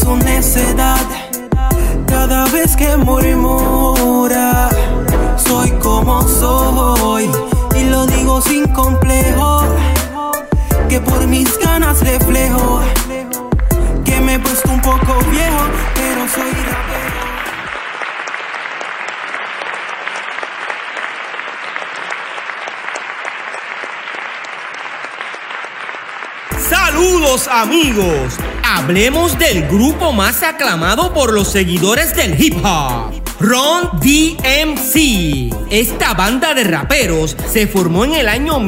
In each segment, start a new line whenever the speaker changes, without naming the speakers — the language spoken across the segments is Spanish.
su necedad. Cada vez que murmura, soy como soy, y lo digo sin complejo, que por mis ganas reflejo, que me he puesto un poco viejo, pero soy rapero.
Saludos amigos, hablemos del grupo más aclamado por los seguidores del hip hop, Run DMC. Esta banda de raperos se formó en el año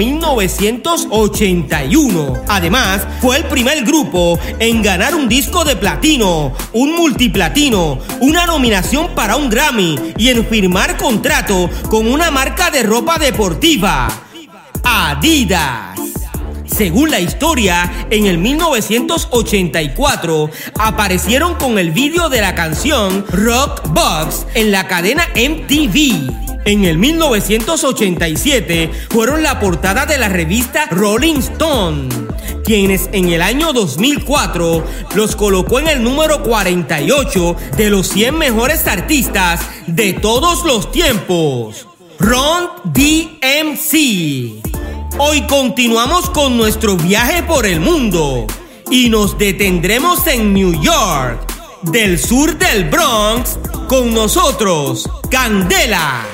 1981. Además, fue el primer grupo en ganar un disco de platino, un multiplatino, una nominación para un Grammy y en firmar contrato con una marca de ropa deportiva, Adidas. Según la historia, en el 1984 aparecieron con el vídeo de la canción Rock Box en la cadena MTV. En el 1987 fueron la portada de la revista Rolling Stone, quienes en el año 2004 los colocó en el número 48 de los 100 mejores artistas de todos los tiempos. Run DMC. Hoy continuamos con nuestro viaje por el mundo y nos detendremos en New York, del sur del Bronx, con nosotros, Candela.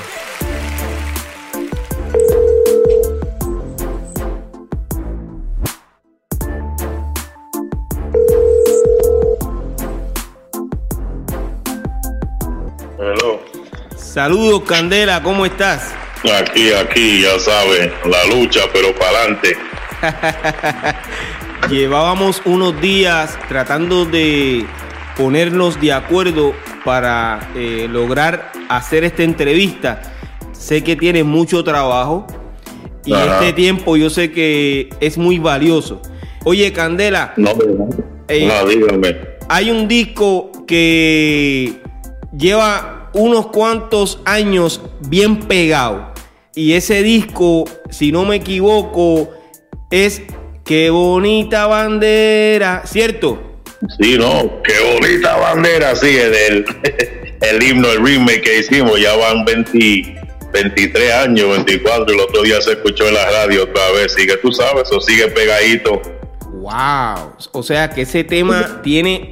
Hello.
Saludos, Candela, ¿cómo estás?
Aquí, ya sabes, la lucha, pero para adelante.
Llevábamos unos días tratando de ponernos de acuerdo para lograr hacer esta entrevista. Sé que tienes mucho trabajo y este tiempo yo sé que es muy valioso. Oye, Candela.
No, dígame.
Hay un disco que lleva unos cuantos años bien pegado. Y ese disco, si no me equivoco, es Qué bonita bandera, ¿cierto?
Sí, no, qué bonita bandera, sí, el himno, el remake que hicimos, ya van 23 años, 24, el otro día se escuchó en la radio otra vez, sigue, tú sabes, eso sigue pegadito.
Wow, o sea que ese tema tiene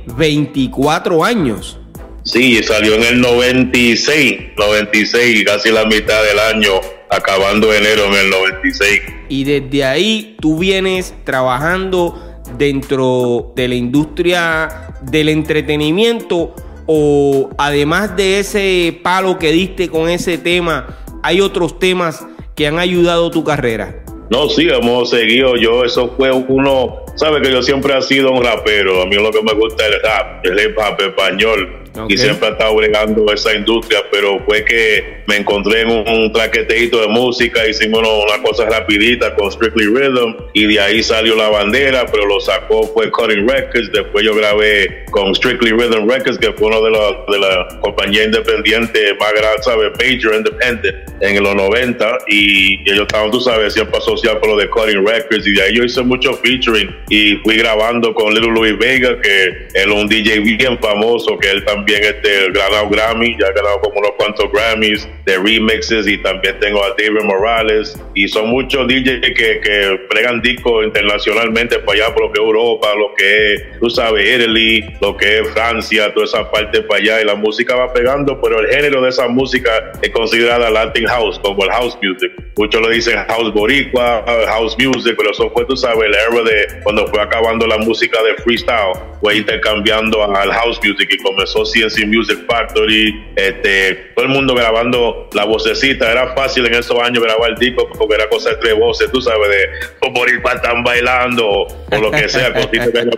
24 años.
Sí, salió en el 96, casi la mitad del año, acabando enero en el 96.
Y desde ahí tú vienes trabajando dentro de la industria del entretenimiento, o además de ese palo que diste con ese tema, ¿hay otros temas que han ayudado tu carrera?
No, sí, hemos seguido. Eso fue uno, sabes que yo siempre he sido un rapero. A mí lo que me gusta es el rap, el hip hop español. Okay. Y siempre he estado bregando esa industria, pero fue que me encontré en un traqueteíto de música, hicimos una cosa rapidita con Strictly Rhythm, y de ahí salió La Bandera, pero lo sacó fue Cutting Records. Después yo grabé con Strictly Rhythm Records, que fue uno de la compañía independiente más grande, ¿sabes? Major Independent, en los 90, y ellos estaban, tú sabes, siempre asociados con lo de Cutting Records, y de ahí yo hice mucho featuring, y fui grabando con Little Louis Vega, que él es un DJ bien famoso, que él también ganado Grammy, ya ha ganado como unos cuantos Grammys de remixes, y también tengo a David Morales, y son muchos DJs que bregan discos internacionalmente para allá, por lo que es Europa, lo que es, tú sabes, Italy, lo que es Francia, toda esa parte para allá, y la música va pegando, pero el género de esa música es considerada Latin House, como el House Music. Muchos lo dicen House Boricua, House Music, pero eso fue, tú sabes, la era de cuando fue acabando la música de freestyle, fue intercambiando al House Music, y comenzó CNC Music Factory, todo el mundo grabando la vocecita. Era fácil en esos años grabar el disco porque era cosa de 3 voces, tú sabes, de Boricua están bailando o lo que sea, cositas de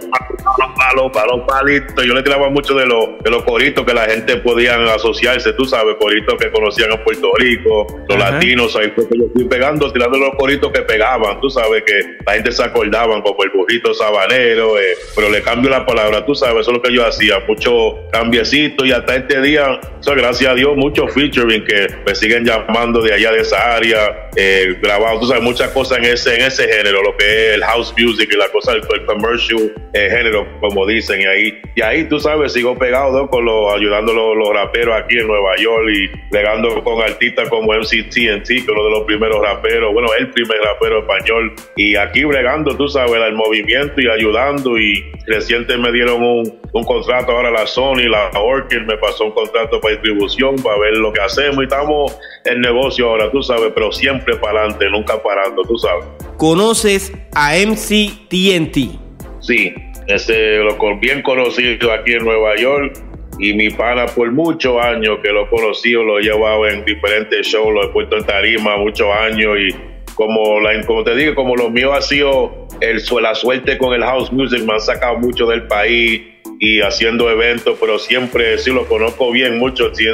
los palitos. Yo le tiraba mucho de los coritos que la gente podían asociarse, tú sabes, coritos que conocían en Puerto Rico, los latinos. Ahí fue que yo fui pegando, tirando los coritos que pegaban, tú sabes, que la gente se acordaban, como el burrito sabanero, pero le cambio la palabra, tú sabes, eso es lo que yo hacía, mucho cambios tiempecito y hasta este día, o sea, gracias a Dios, muchos featuring que me siguen llamando de allá de esa área, grabado, tú sabes, muchas cosas en ese género, lo que es el house music y la cosa del commercial género, como dicen, y ahí tú sabes, sigo pegado, ¿no? Ayudando a los raperos aquí en Nueva York y pegando con artistas como MC TNT, que es uno de los primeros raperos, bueno, el primer rapero español, y aquí bregando, tú sabes, el movimiento y ayudando, y reciente me dieron un contrato ahora la Sony, la Orchid me pasó un contrato para distribución, para ver lo que hacemos, y estamos en negocio ahora, tú sabes, pero siempre para adelante, nunca parando, tú sabes.
¿Conoces a MC TNT?
Sí, bien conocido aquí en Nueva York, y mi pana por muchos años que lo he conocido, lo he llevado en diferentes shows, lo he puesto en tarima muchos años, y como te digo, como lo mío ha sido la suerte con el house music, me han sacado mucho del país y haciendo eventos, pero siempre sí lo conozco bien mucho. Sí,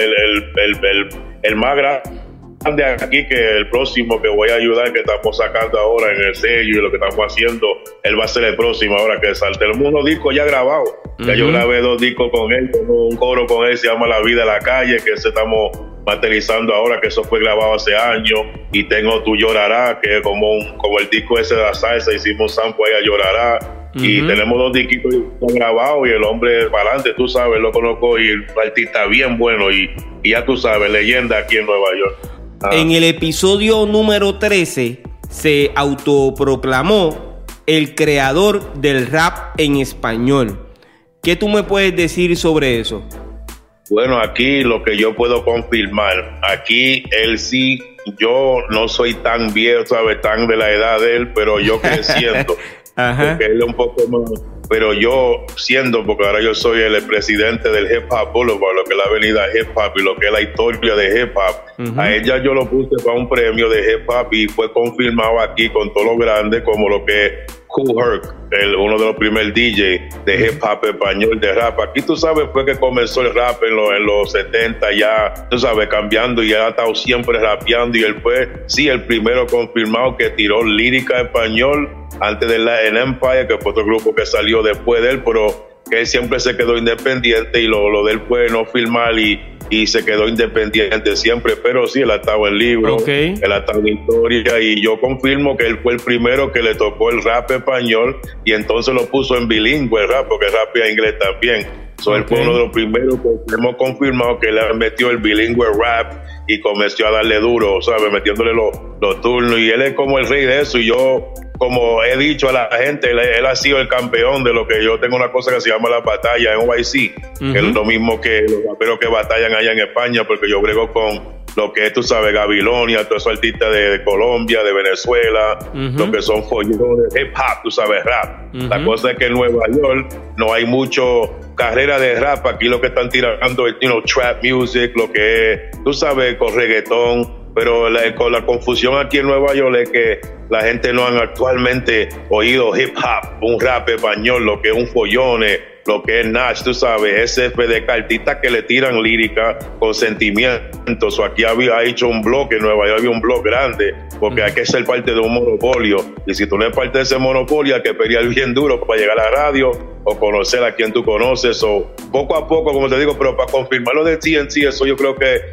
el más grande aquí, que el próximo que voy a ayudar, que estamos sacando ahora en el sello y lo que estamos haciendo, él va a ser el próximo ahora que salte. Tenemos unos discos ya grabados. Ya yo grabé 2 discos con él, tengo un coro con él, se llama La Vida en la Calle, que ese estamos materializando ahora, que eso fue grabado hace años, y tengo Tú Llorarás, que es como el disco ese de la salsa, hicimos un sample ahí a Llorará, y tenemos 2 disquitos grabados, y el hombre para adelante, tú sabes, lo conozco, y el artista bien bueno, y ya tú sabes, leyenda aquí en Nueva York.
En el episodio número 13 se autoproclamó el creador del rap en español. ¿Qué tú me puedes decir sobre eso?
Bueno, aquí lo que yo puedo confirmar, aquí él sí, yo no soy tan viejo, ¿sabes? Tan de la edad de él, pero yo creciendo, porque él es un poco más, pero yo siendo, porque ahora yo soy el presidente del Hip Hop Boulevard, lo que es la avenida Hip Hop y lo que es la historia de Hip Hop, a ella yo lo puse para un premio de Hip Hop y fue confirmado aquí con todo lo grande, como lo que es Kool Herc, uno de los primeros DJ de hip hop español, de rap. Aquí tú sabes, fue que comenzó el rap en los 70 ya, tú sabes, cambiando, y él ha estado siempre rapeando, y él fue, sí, el primero confirmado que tiró lírica español antes de en Empire, que fue otro grupo que salió después de él, pero que él siempre se quedó independiente, y lo de él fue no filmar y se quedó independiente siempre, pero sí, él ha estado en libros, él ha estado en historia, y yo confirmo que él fue el primero que le tocó el rap español, y entonces lo puso en bilingüe el rap, porque el rap es inglés también. Él fue uno de los primeros que hemos confirmado que le metió el bilingüe rap y comenzó a darle duro, ¿sabes? Metiéndole los turnos, y él es como el rey de eso, y yo, como he dicho a la gente, él ha sido el campeón de lo que yo tengo, una cosa que se llama la batalla en OIC, que es lo mismo que los raperos que batallan allá en España, porque yo brego con lo que es, tú sabes, Gabilonia, todos esos artistas de Colombia, de Venezuela, lo que son follones, hip hop, tú sabes, rap. La cosa es que en Nueva York no hay mucho carrera de rap. Aquí lo que están tirando es, trap music, lo que es, tú sabes, con reggaetón. Pero con la confusión aquí en Nueva York es que la gente no han actualmente oído hip hop, un rap español, lo que es un follone, lo que es Nach, tú sabes, SFDK, artistas que le tiran lírica con sentimientos. O aquí ha hecho un blog, en Nueva York había un blog grande, porque hay que ser parte de un monopolio, y si tú no eres parte de ese monopolio hay que pelear bien duro para llegar a la radio o conocer a quien tú conoces, o poco a poco, como te digo. Pero para confirmar lo de TNT, eso yo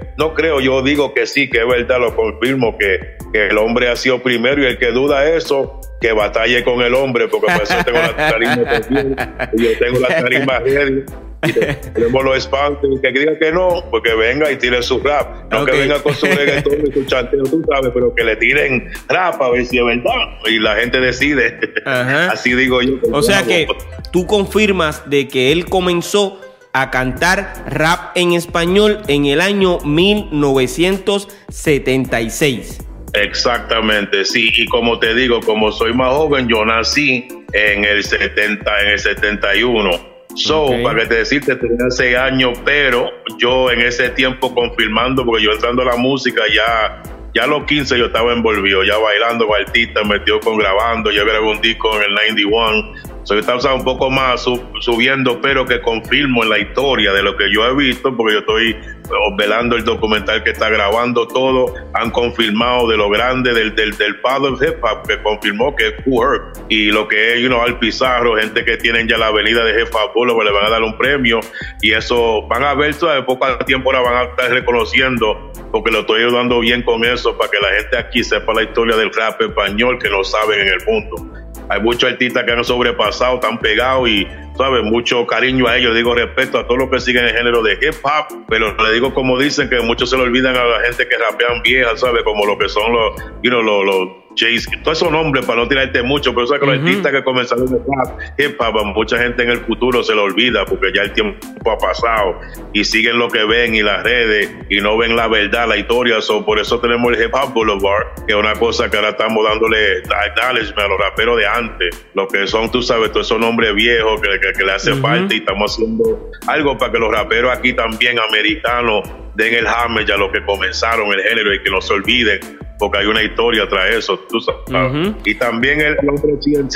yo digo que sí, que es verdad, lo confirmo, que el hombre ha sido primero, y el que duda eso, que batalle con el hombre, porque por eso tengo la tarima y yo tengo la tarima ready, y tenemos los sponsors, que diga que no, porque venga y tire su rap, no que venga con su reggaetón y su chanteo, tú sabes, pero que le tiren rap a ver si es verdad, y la gente decide. Así digo yo.
O sea que tú confirmas de que él comenzó a cantar rap en español en el año 1976.
Exactamente, sí, y como te digo, como soy más joven, yo nací en el 71. Para que te decirte, tenía 6 años, pero yo en ese tiempo confirmando, porque yo entrando a la música ya a los 15 yo estaba envolvido, ya bailando con artistas, metido con grabando, ya grabé un disco en el 91. Yo estaba un poco más subiendo, pero que confirmo en la historia de lo que yo he visto, porque yo estoy velando el documental que está grabando todo. Han confirmado de lo grande del padre del hip hop, que confirmó que es Kool Herc, y lo que es Al Pizarro, gente que tienen ya la avenida de Hip Hop Boulevard, le van a dar un premio, y eso van a ver, de poco a tiempo la van a estar reconociendo, porque lo estoy ayudando bien con eso, para que la gente aquí sepa la historia del rap español que no saben en el mundo. Hay muchos artistas que han sobrepasado, están pegados, y ¿sabes? Mucho cariño a ellos. Digo respeto a todos los que siguen el género de hip hop, pero le digo, como dicen, que muchos se lo olvidan a la gente que rapean viejas, ¿sabes? Como lo que son los Jays, todos esos nombres, para no tirarte mucho, pero sabes que los artistas que comenzaron en rap, hip hop, mucha gente en el futuro se lo olvida, porque ya el tiempo ha pasado, y siguen lo que ven y las redes, y no ven la verdad, la historia. Por eso tenemos el Hip Hop Boulevard, que es una cosa que ahora estamos dándole acknowledgement a los raperos de antes, lo que son, tú sabes, todos esos nombres viejos que le hace falta, y estamos haciendo algo para que los raperos aquí también, americanos, den el homage a lo que comenzaron el género, y que no se olviden, porque hay una historia tras eso, tú sabes. Y también el nombre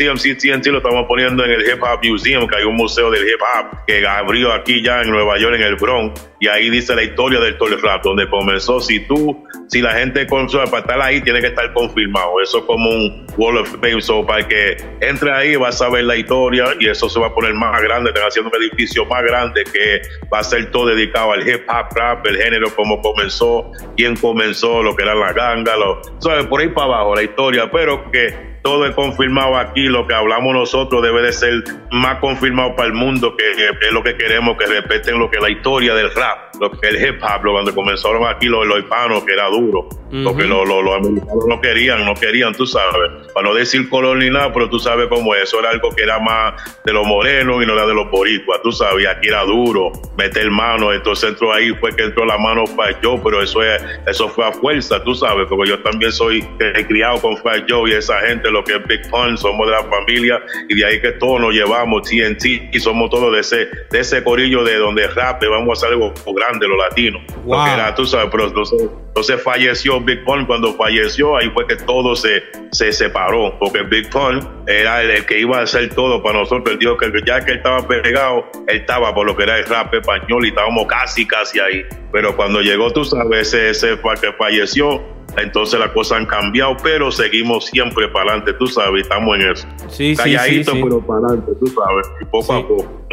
TNT lo estamos poniendo en el Hip Hop Museum, que hay un museo del hip hop que abrió aquí ya en Nueva York, en el Bronx, y ahí dice la historia del rap, donde comenzó. Si la gente consume, para estar ahí tiene que estar confirmado, eso es como un Wall of Fame. So, para que entre ahí vas a ver la historia, y eso se va a poner más grande, están haciendo un edificio más grande que va a ser todo dedicado al hip hop rap, el género, cómo comenzó, quién comenzó, lo que era la ganga, ¿sabes? Por ahí para abajo la historia, pero que todo es confirmado aquí. Lo que hablamos nosotros debe de ser más confirmado para el mundo, que es lo que queremos, que respeten lo que es la historia del rap, lo que es el hip hop, cuando comenzaron aquí los hispanos, que era duro, porque los americanos no querían, tú sabes, para no decir color ni nada, pero tú sabes cómo es, eso era algo que era más de los morenos y no era de los boricuas, tú sabes, y aquí era duro meter mano. Entonces entró ahí, fue que entró la mano Fat Joe, pero eso fue a fuerza, tú sabes, porque yo también soy criado con Fat Joe y esa gente, lo que es Big Pun, somos de la familia, y de ahí que todos nos llevamos TNT, y somos todos de ese corillo de donde rap, vamos a hacer algo grande, los latinos. Wow. Porque era, tú sabes, pero entonces falleció Big Pun. Cuando falleció, ahí fue que todo se separó, porque Big Pun era el que iba a hacer todo para nosotros. Él dijo que ya que él estaba pegado, él estaba por lo que era el rap español, y estábamos casi ahí. Pero cuando llegó, tú sabes, ese que falleció, entonces las cosas han cambiado, pero seguimos siempre para adelante, tú sabes, estamos en eso. Calladito, pero para adelante, tú sabes, y poco a poco.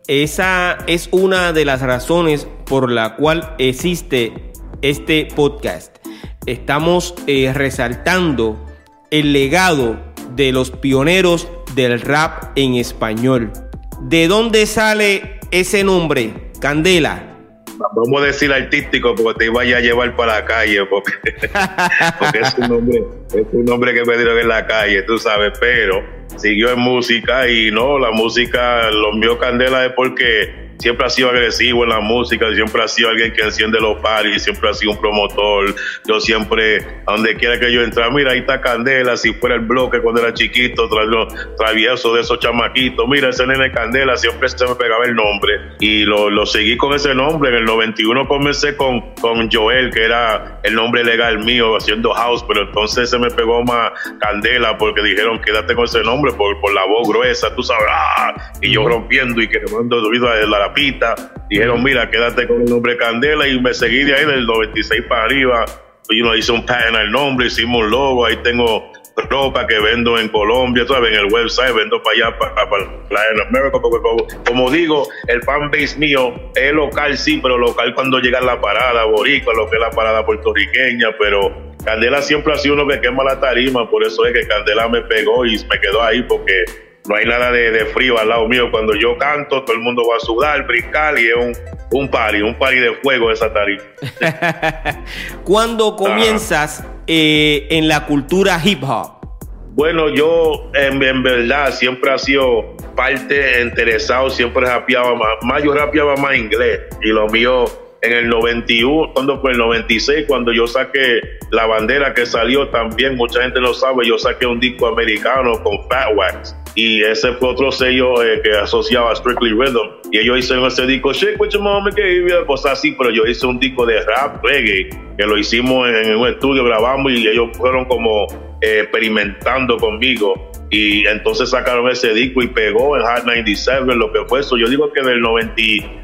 Esa es una de las razones por la cual existe este podcast. Estamos resaltando el legado de los pioneros del rap en español. ¿De dónde sale ese nombre, Candela?
Vamos a decir artístico, porque te iba a llevar para la calle, porque es un nombre que me dieron en la calle, tú sabes, pero siguió en música, y no, la música, lo mío Candela es porque siempre ha sido agresivo en la música, siempre ha sido alguien que enciende los parties, siempre ha sido un promotor. Yo siempre, a donde quiera que yo entre, mira, ahí está Candela, si fuera el bloque cuando era chiquito, travieso de esos chamaquitos, mira, ese nene Candela, siempre se me pegaba el nombre, y lo seguí con ese nombre. En el 91 comencé con Joel, que era el nombre legal mío, haciendo house, pero entonces se me pegó más Candela, porque dijeron, quédate con ese nombre, por la voz gruesa, tú sabes, y yo rompiendo, y que le mando oído a la pita. Dijeron, mira, quédate con el nombre Candela, y me seguí de ahí del 96 para arriba. Hice un patent al nombre, hicimos un logo, ahí tengo ropa que vendo en Colombia, ¿sabes? En el website vendo para allá, para Latin America, porque como digo, el fanbase mío es local, sí, pero local cuando llega la parada boricua, lo que es la parada puertorriqueña, pero Candela siempre ha sido uno que quema la tarima, por eso es que Candela me pegó y me quedó ahí, porque no hay nada de frío al lado mío. Cuando yo canto, todo el mundo va a sudar, brincar, y es un party de fuego esa tarima.
¿Cuándo comienzas en la cultura hip hop?
Bueno, yo en verdad siempre ha sido parte interesado, siempre rapeaba más, yo rapeaba más inglés, y lo mío en el 91, cuando fue el 96, cuando yo saqué La Bandera, que salió también, mucha gente no sabe, yo saqué un disco americano con Fat Wax, y ese fue otro sello que asociaba a Strictly Rhythm, y ellos hicieron ese disco Shake What Your Mama Gave You, pues así, pero yo hice un disco de rap reggae, que lo hicimos en un estudio, grabamos, y ellos fueron como experimentando conmigo, y entonces sacaron ese disco y pegó en Hot 97, lo que fue eso. Yo digo que del 90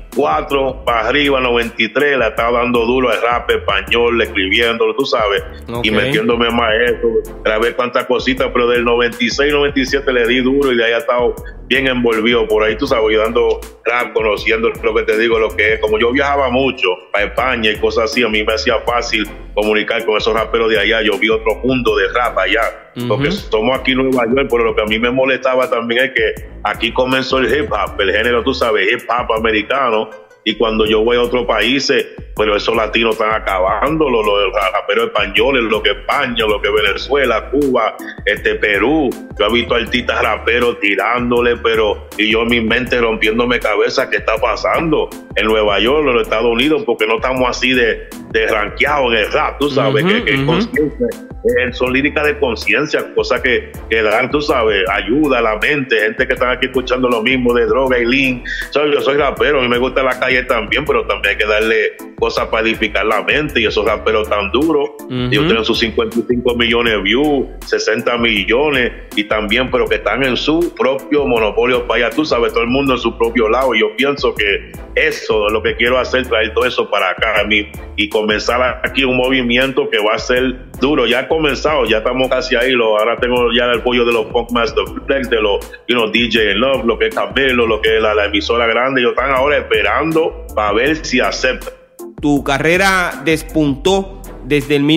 94 para arriba, 93, le estaba dando duro al rap español, escribiéndolo, tú sabes, y metiéndome más eso, grabé cuantas cositas, pero del 96, 97 le di duro y de ahí ha estado bien envolvido por ahí, tú sabes, yo dando rap, conociendo lo que te digo, lo que es, como yo viajaba mucho para España y cosas así, a mí me hacía fácil comunicar con esos raperos de allá, yo vi otro mundo de rap allá, porque somos aquí en Nueva York, pero lo que a mí me molestaba también es que aquí comenzó el hip hop, el género, tú sabes, hip hop americano, y cuando yo voy a otros países, pero esos latinos están acabando, los raperos españoles, lo que España, lo que Venezuela, Cuba, Perú. Yo he visto artistas raperos tirándole, y yo en mi mente rompiéndome cabeza, ¿qué está pasando en Nueva York, en los Estados Unidos? Porque no estamos así de rankeados en el rap, tú sabes, que conciencia, son líricas de conciencia, cosas que dan, tú sabes, ayuda a la mente, gente que están aquí escuchando lo mismo de droga y lean. Yo soy rapero, a mí me gusta la calle también, pero también hay que darle cosas para edificar la mente, y esos raperos tan duros, ellos tienen sus 55 millones de views, 60 millones, y también, pero que están en su propio monopolio para allá, tú sabes, todo el mundo en su propio lado, y yo pienso que eso es lo que quiero hacer, traer todo eso para acá a mí, y comenzar aquí un movimiento que va a ser duro. Ya ha comenzado, ya estamos casi ahí, ahora tengo ya el apoyo de los Funk Master Flex, de los DJ in Love, lo que es Camilo, lo que es la emisora grande, ellos están ahora esperando para ver si aceptan.
Tu carrera despuntó desde el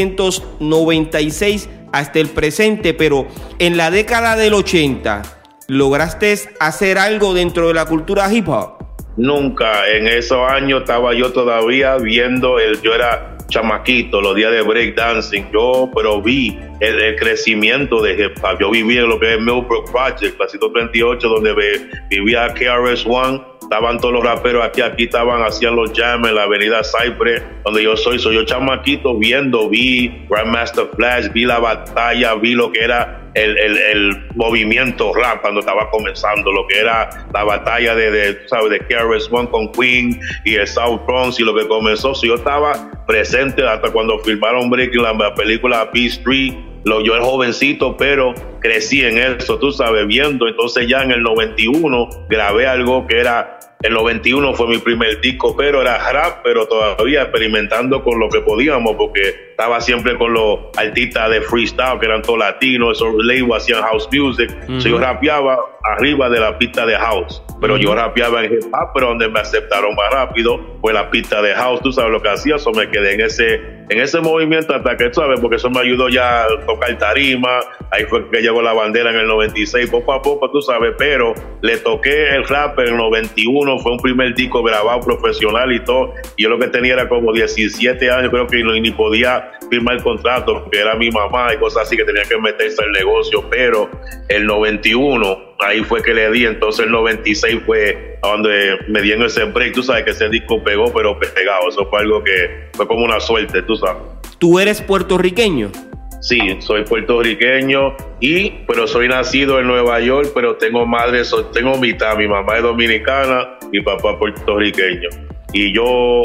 1996 hasta el presente, pero en la década del 80, ¿lograste hacer algo dentro de la cultura hip hop?
Nunca, en esos años estaba yo todavía viendo, yo era chamaquito, los días de breakdancing, pero vi el crecimiento de hip hop. Yo vivía en lo que es Millbrook Project, Clasito 38, donde vivía KRS-One. Estaban todos los raperos aquí estaban, hacían los jams en la avenida Cypress, donde yo soy yo chamaquito vi Grandmaster Flash, vi la batalla, vi lo que era el movimiento rap cuando estaba comenzando, lo que era la batalla de KRS-One con Queen y el South Bronx y lo que comenzó. Yo estaba presente hasta cuando filmaron Breaking, la película P-Street. Yo era jovencito, pero crecí en eso, tú sabes, viendo. Entonces ya en el 91 grabé algo que era, el 91 fue mi primer disco, pero era rap, pero todavía experimentando con lo que podíamos, porque estaba siempre con los artistas de freestyle, que eran todos latinos, esos labels hacían house music. Yo rapeaba arriba de la pista de house, pero yo rapeaba en hip hop, pero donde me aceptaron más rápido fue la pista de house. Tú sabes lo que hacía, eso me quedé en ese movimiento hasta que, ¿sabes? Porque eso me ayudó ya a tocar tarima. Ahí fue que llegó la bandera en el 96, poco a poco, tú sabes, pero le toqué el rap en el 91, fue un primer disco grabado profesional y todo, y yo lo que tenía era como 17 años, creo que ni podía firmar contrato, porque era mi mamá y cosas así, que tenía que meterse al negocio, pero el 91, ahí fue que le di. Entonces el 96 fue donde me di en ese break, tú sabes que ese disco pegó, pero pegado, eso fue algo que fue como una suerte, tú sabes.
¿Tú eres puertorriqueño?
Sí, soy puertorriqueño, pero soy nacido en Nueva York, pero tengo mitad, mi mamá es dominicana, mi papá puertorriqueño. Y yo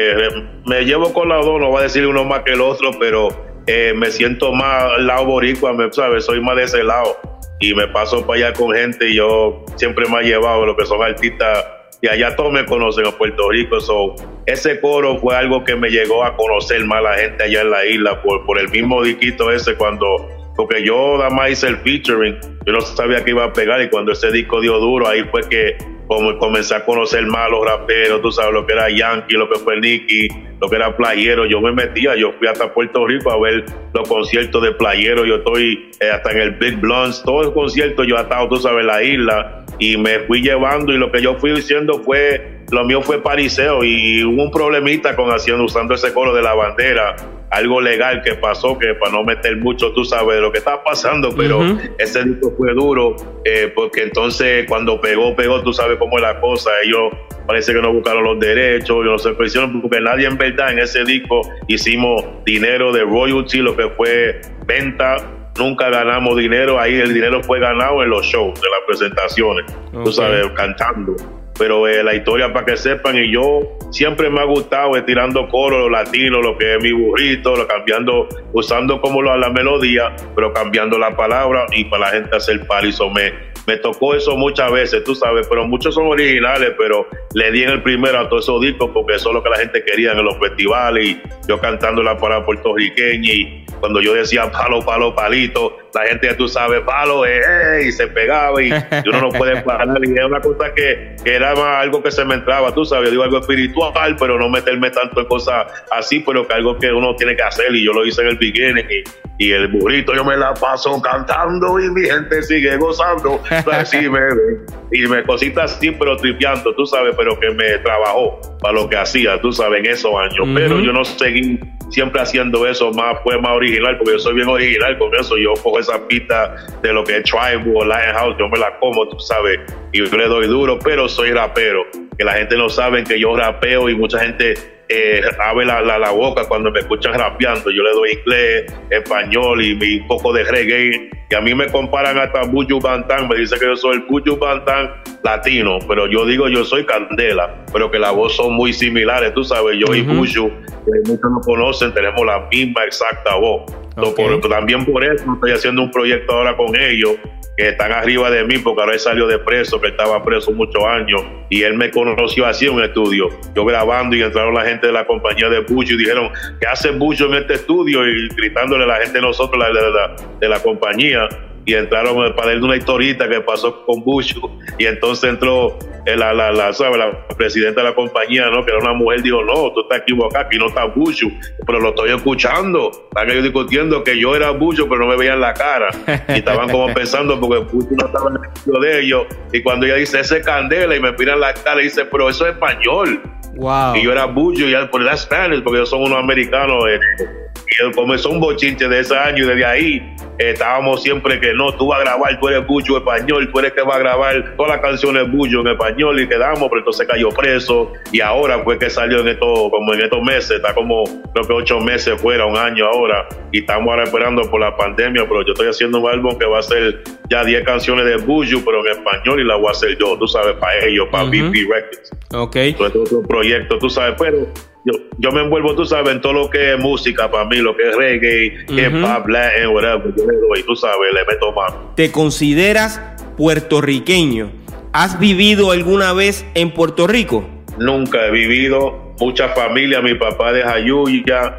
me llevo con los dos, no voy a decir uno más que el otro, pero me siento más al lado boricua, ¿sabes? Soy más de ese lado. Y me paso para allá con gente, y yo siempre me he llevado lo que son artistas y allá todos me conocen en Puerto Rico. Ese coro fue algo que me llegó a conocer más la gente allá en la isla por el mismo disquito ese, porque yo nada más hice el featuring, yo no sabía que iba a pegar, y cuando ese disco dio duro, ahí fue que comencé a conocer más a los raperos, tú sabes, lo que era Yankee, lo que fue Nicky, lo que era Playero. Yo me metía, yo fui hasta Puerto Rico a ver los conciertos de Playero, yo estoy hasta en el Big Blunts, todo el concierto yo he estado, tú sabes, en la isla, y me fui llevando, y lo que yo fui diciendo lo mío fue pariseo, y hubo un problemita usando ese coro de la bandera, algo legal que pasó, que para no meter mucho, tú sabes, de lo que está pasando, pero ese disco fue duro, porque entonces cuando pegó, tú sabes cómo es la cosa, ellos parece que no buscaron los derechos, yo no sé, pero hicieron, porque nadie en verdad en ese disco hicimos dinero de royalty, lo que fue venta. Nunca ganamos dinero, ahí el dinero fue ganado en los shows, de las presentaciones, tú sabes, cantando. Pero la historia, para que sepan, y yo siempre me ha gustado tirando coro, los latinos, lo que es mi burrito, usando como la melodía, pero cambiando la palabra, y para la gente hacer party. me tocó eso muchas veces, tú sabes, pero muchos son originales, pero le di en el primero a todos esos discos porque eso es lo que la gente quería en los festivales, y yo cantando la parada puertorriqueña, y cuando yo decía palo, palo, palito, la gente, ya tú sabes, palo, y se pegaba, y uno no puede parar, y es una cosa que era más algo que se me entraba, tú sabes, yo digo algo espiritual, pero no meterme tanto en cosas así, pero que algo que uno tiene que hacer, y yo lo hice en el beginning, y el burrito yo me la paso cantando y mi gente sigue gozando, así y me cositas así, pero tripeando, tú sabes, pero que me trabajó para lo que hacía, tú sabes, en esos años, pero yo no seguí siempre haciendo eso, fue más original, porque yo soy bien original con eso, yo cojo esa pista de lo que es tribal o Lion House, yo me la como, tú sabes, y yo le doy duro, pero soy rapero, que la gente no sabe que yo rapeo, y mucha gente abre la boca cuando me escuchan rapeando. Yo le doy inglés, español y un poco de reggae, y a mí me comparan hasta Buju Banton, me dice que yo soy el Buju Banton latino, pero yo digo yo soy Candela, pero que la voz son muy similares, tú sabes, yo y Buju, que muchos no conocen, tenemos la misma exacta voz. También por eso estoy haciendo un proyecto ahora con ellos, que están arriba de mí, porque ahora él salió de preso, que estaba preso muchos años, y él me conoció así en un estudio, yo grabando, y entraron la gente de la compañía de Buju y dijeron, ¿qué hace Buju en este estudio? Y gritándole a la gente de nosotros, de la compañía, y entraron para darle una historita que pasó con Buju, y entonces entró la presidenta de la compañía, ¿no? Que era una mujer, dijo, no, tú estás equivocado, aquí no está Buju, pero lo estoy escuchando, están ellos discutiendo que yo era Buju, pero no me veían la cara, y estaban como pensando, porque Buju no estaba en el estudio de ellos, y cuando ella dice, ese Candela, y me miran la cara, y dice, pero eso es español.
Wow. Y
yo era Buju, y por la Spanish, porque ellos son unos americanos, y comenzó un bochinche de ese año, y desde ahí estábamos siempre que no, tú vas a grabar, tú eres Buju español, tú eres que va a grabar todas las canciones Buju en español, y quedamos, pero entonces cayó preso, y ahora fue que salió en estos meses, está como creo que 8 meses fuera, un año ahora, y estamos ahora esperando por la pandemia, pero yo estoy haciendo un álbum que va a ser ya 10 canciones de Buju, pero en español, y la voy a hacer yo, tú sabes, para ellos, para BP Records. Entonces, otro proyecto, tú sabes, pero yo me envuelvo, tú sabes, en todo lo que es música para mí, lo que es reggae, hip hop, Latin, whatever, yo le doy, tú sabes, le meto mano.
¿Te consideras puertorriqueño? ¿Has vivido alguna vez en Puerto Rico?
Nunca he vivido, mucha familia, mi papá de Jayuya,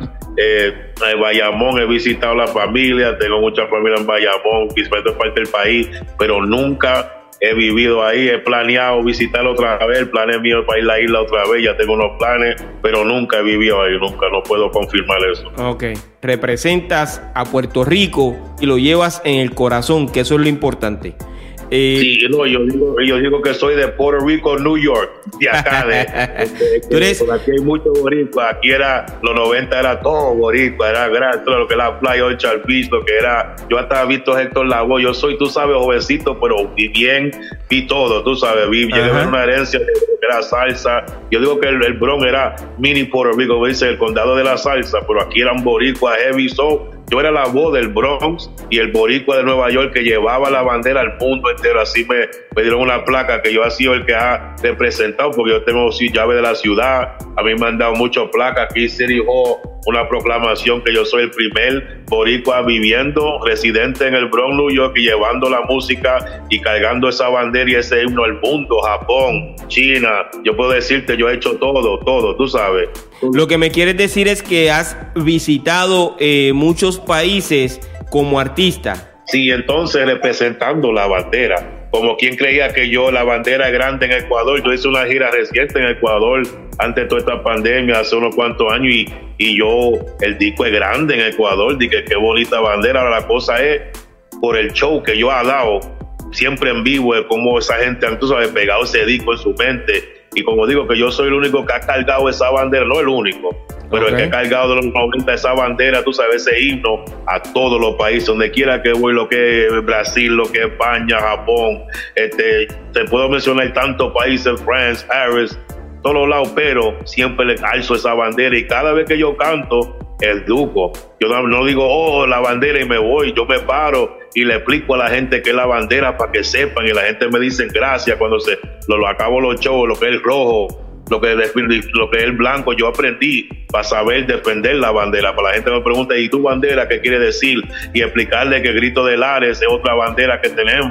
en Bayamón he visitado la familia, tengo mucha familia en Bayamón, principalmente parte del país, pero nunca he vivido ahí, he planeado visitarlo otra vez, el plan es mío para ir a la isla otra vez, ya tengo unos planes, pero nunca he vivido ahí, nunca, no puedo confirmar eso.
Ok, representas a Puerto Rico y lo llevas en el corazón, que eso es lo importante.
Sí, no, yo digo que soy de Puerto Rico, New York, de acá, aquí hay muchos boricuas, aquí los 90 era todo boricua, era todo lo que era Playa Orchard Beach, lo que era, yo hasta he visto Héctor Lavoe, yo soy, tú sabes, jovencito, pero vi todo, tú sabes, llegué a ver una herencia de lo que era salsa, yo digo que el Bronx era mini Puerto Rico, me dice el condado de la salsa, pero aquí eran boricuas heavy, yo era la voz del Bronx y el boricua de Nueva York que llevaba la bandera al mundo entero. Así me dieron una placa que yo he sido el que ha representado, porque yo tengo llave de la ciudad. A mí me han dado muchas placas. Aquí se dijo una proclamación que yo soy el primer boricua viviendo, residente en el Bronx, New York, y llevando la música y cargando esa bandera y ese himno al mundo, Japón, China. Yo puedo decirte, yo he hecho todo, tú sabes.
Lo que me quieres decir es que has visitado muchos países como artista.
Sí, entonces representando la bandera. Como quien creía que la bandera es grande en Ecuador. Yo hice una gira reciente en Ecuador antes de toda esta pandemia, hace unos cuantos años, y el disco es grande en Ecuador. Dije, qué bonita bandera. Ahora la cosa es, por el show que yo he dado, siempre en vivo, es como esa gente, tú sabes, pegado ese disco en su mente. Y como digo, que yo soy el único que ha cargado esa bandera, no el único, pero el que ha cargado de los 90 esa bandera, tú sabes, ese himno a todos los países, donde quiera que voy, lo que es Brasil, lo que es España, Japón, te puedo mencionar tantos países, France, Paris, todos los lados, pero siempre le alzo esa bandera, y cada vez que yo canto, educo. Yo no digo, la bandera, y me voy, yo me paro y le explico a la gente que es la bandera para que sepan, y la gente me dice gracias cuando lo acabo los shows, lo que es el rojo, lo que es el blanco. Yo aprendí para saber defender la bandera. Para la gente me pregunta, ¿y tu bandera qué quiere decir? Y explicarle que el grito de Lares es otra bandera que tenemos,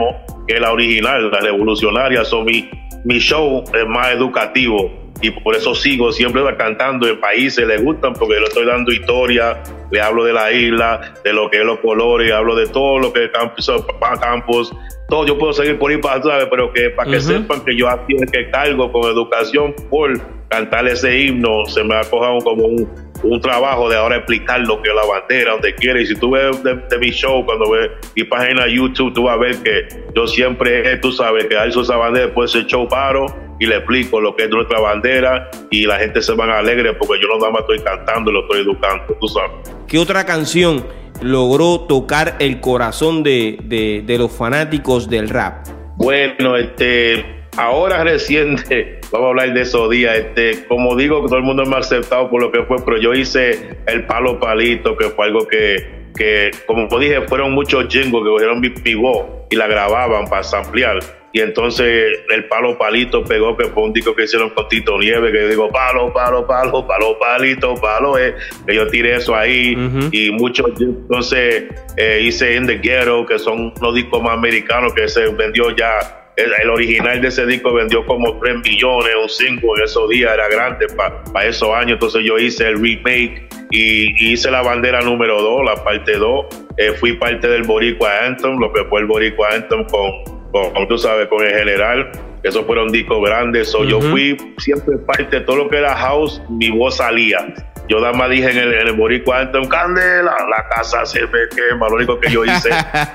que la original, la revolucionaria. Mi show es más educativo y por eso sigo siempre cantando en países, les gustan porque le estoy dando historia, le hablo de la isla, de lo que es los colores, hablo de todo lo que es campus, todo. Yo puedo seguir por ahí para, ¿sabes? Pero que para que sepan que yo aquí es que cargo con educación por cantar ese himno, se me ha cogido como un trabajo de ahora explicar lo que es la bandera, donde quiera. Y si tú ves de mi show, cuando ves mi página de YouTube, tú vas a ver que yo siempre, tú sabes, que alzo esa bandera, después ese show paro y le explico lo que es nuestra bandera y la gente se van alegre porque yo no nada más estoy cantando, lo estoy educando, tú sabes.
¿Qué otra canción logró tocar el corazón de los fanáticos del rap?
Bueno, ahora reciente, vamos a hablar de esos días, como digo, que todo el mundo me ha aceptado por lo que fue, pero yo hice el Palo Palito, que fue algo que como dije, fueron muchos jingles que cogieron mi voz y la grababan para samplear. Y entonces el Palo Palito pegó, que fue un disco que hicieron con Tito Nieves, que yo digo palo, palo, palo, palo, palito, palo, que yo tiré eso ahí. Y muchos, entonces hice In The Ghetto, que son unos discos más americanos que se vendió ya. El original de ese disco vendió como 3 millones, un 5 en esos días, era grande para esos años. Entonces yo hice el remake y hice la bandera número 2, la parte 2. Fui parte del Boricua Anthem, lo que fue el Boricua Anthem con tú sabes, con el general. Esos fueron discos grandes. Yo fui siempre parte de todo lo que era house, mi voz salía. Yo nada más dije en el Boricua Anthem, Candela, la casa se me quema. Lo único que yo hice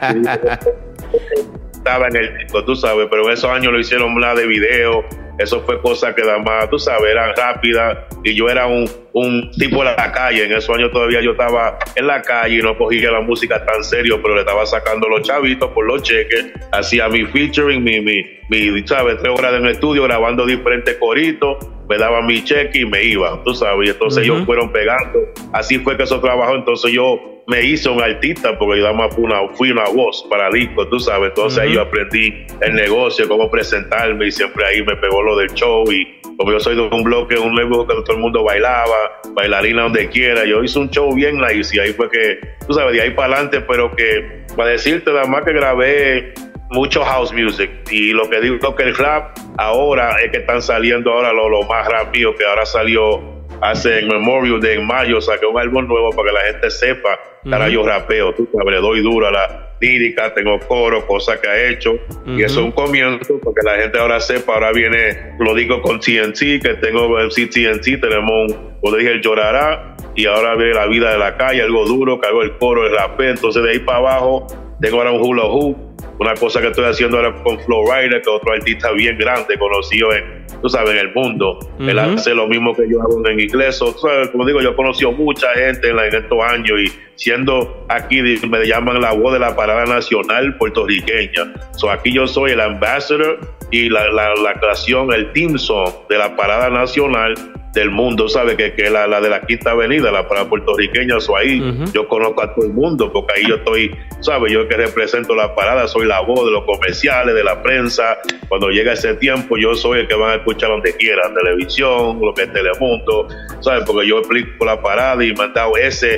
estaba en el disco, tú sabes, pero en esos años lo hicieron más de video. Eso fue cosa que nada más, tú sabes, eran rápidas. Y yo era un tipo de la calle. En esos años todavía yo estaba en la calle y no cogía la música tan serio, pero le estaba sacando los chavitos por los cheques. Hacía mi featuring, mi ¿sabes? 3 horas en el estudio grabando diferentes coritos. Me daban mi cheque y me iba, tú sabes. Y entonces ellos fueron pegando. Así fue que eso trabajó. Entonces yo me hice un artista porque yo nada más fui una voz para discos, tú sabes. Entonces ahí yo aprendí el negocio, cómo presentarme, y siempre ahí me pegó lo del show. Y como yo soy de un bloque, un level que todo el mundo bailaba, bailarina donde quiera, yo hice un show bien nice. Y ahí fue que, tú sabes, de ahí para adelante, pero que para decirte nada más que grabé mucho house music. Y lo que digo que el rap ahora es que están saliendo ahora lo más rap mío, que ahora salió hace en Memorial Day en mayo, saqué un álbum nuevo para que la gente sepa que ahora yo rapeo, tú sabes, le doy duro a la lírica, tengo coro, cosas que ha hecho, y eso es un comienzo para que la gente ahora sepa. Ahora viene, lo digo con TNT, que tengo MC TNT, tenemos como dije, el Llorará, y ahora viene La Vida de la Calle, algo duro, que hago el coro, el rapeo. Entonces de ahí para abajo tengo ahora un hula hoop, una cosa que estoy haciendo ahora con Flow Rider, que es otro artista bien grande, conocido tú sabes, en el mundo. Él hace lo mismo que yo hago en inglés. Tú sabes, como digo, yo he conocido mucha gente en estos años, y siendo aquí, me llaman la voz de la parada nacional puertorriqueña. Aquí yo soy el ambassador y la creación, el team song de la parada nacional del mundo, ¿sabes? Que es la de la Quinta Avenida, la parada puertorriqueña. Ahí yo conozco a todo el mundo, porque ahí yo estoy, ¿sabes? Yo que represento la parada, soy la voz de los comerciales, de la prensa. Cuando llega ese tiempo, yo soy el que van a escuchar donde quieran, televisión, lo que es Telemundo, ¿sabes? Porque yo explico la parada y me han dado eso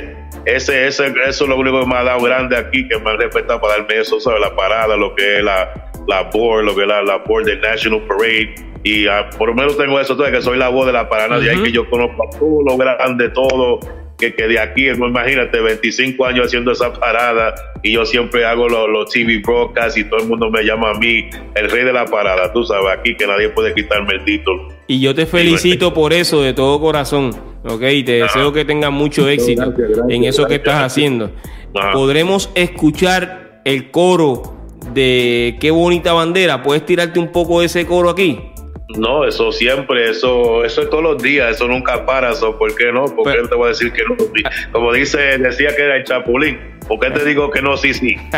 es lo único que me ha dado grande aquí, que me han respetado para darme eso, ¿sabes? La parada, lo que es la board, lo que es la board del National Parade. Y por lo menos tengo eso, que soy la voz de la parada, de ahí que yo conozco a todo lo grande, todo, que de aquí, no, imagínate, 25 años haciendo esa parada, y yo siempre hago los TV broadcasts, y todo el mundo me llama a mí el rey de la parada, tú sabes, aquí que nadie puede quitarme el título.
Y yo te felicito por eso de todo corazón, ¿ok? Y te deseo que tengas mucho éxito gracias, en eso que estás haciendo. Podremos escuchar el coro de Qué Bonita Bandera. ¿Puedes tirarte un poco de ese coro aquí?
No, eso siempre, eso es todos los días, eso nunca para. Eso, ¿por qué no? ¿Por qué te voy a decir que no? Como decía que era el Chapulín, ¿por qué te digo que no? Sí.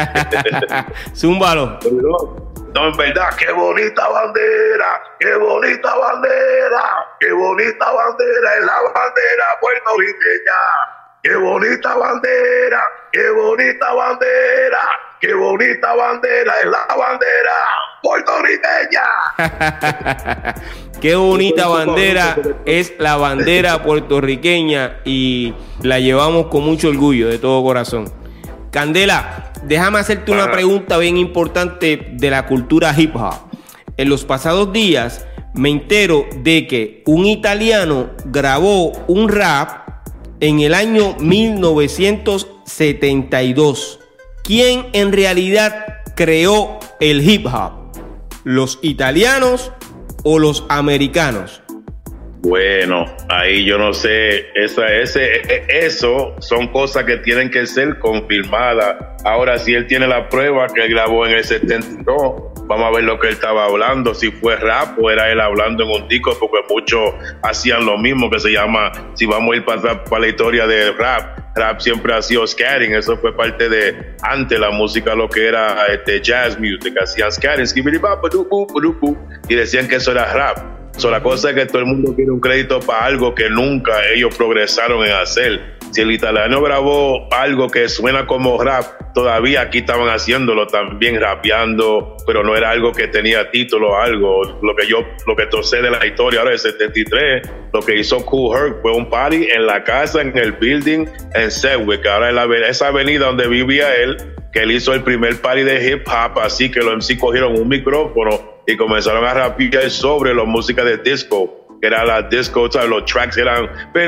Zúmbalo.
No, en verdad, qué bonita bandera, qué bonita bandera, qué bonita bandera es la bandera puertorriqueña. Qué bonita bandera, qué bonita bandera, qué bonita bandera es la bandera puertorriqueña.
Qué bonita bandera es la bandera puertorriqueña, y la llevamos con mucho orgullo, de todo corazón. Candela, déjame hacerte una pregunta bien importante de la cultura hip hop. En los pasados días me entero de que un italiano grabó un rap en el año 1972. ¿Quién en realidad creó el hip hop? ¿Los italianos o los americanos?
Bueno, ahí yo no sé, eso son cosas que tienen que ser confirmadas. Ahora, si él tiene la prueba que él grabó en el 72, vamos a ver lo que él estaba hablando, si fue rap o era él hablando en un disco, porque muchos hacían lo mismo, que se llama, si vamos a ir para la historia de rap siempre ha sido scatting, eso fue parte de antes la música, lo que era jazz music, hacían scatting, y decían que eso era rap. La cosa es que todo el mundo quiere un crédito para algo que nunca ellos progresaron en hacer. Si el italiano grabó algo que suena como rap, todavía aquí estaban haciéndolo también, rapeando, pero no era algo que tenía título o algo. Lo que sé de la historia ahora del 73, lo que hizo Kool Herc fue un party en la casa, en el building en Sedgwick, ahora en esa avenida donde vivía él, que él hizo el primer party de hip hop, así que los MC cogieron un micrófono y comenzaron a rapear sobre la música de disco, que era la disco, ¿sabes? Los tracks eran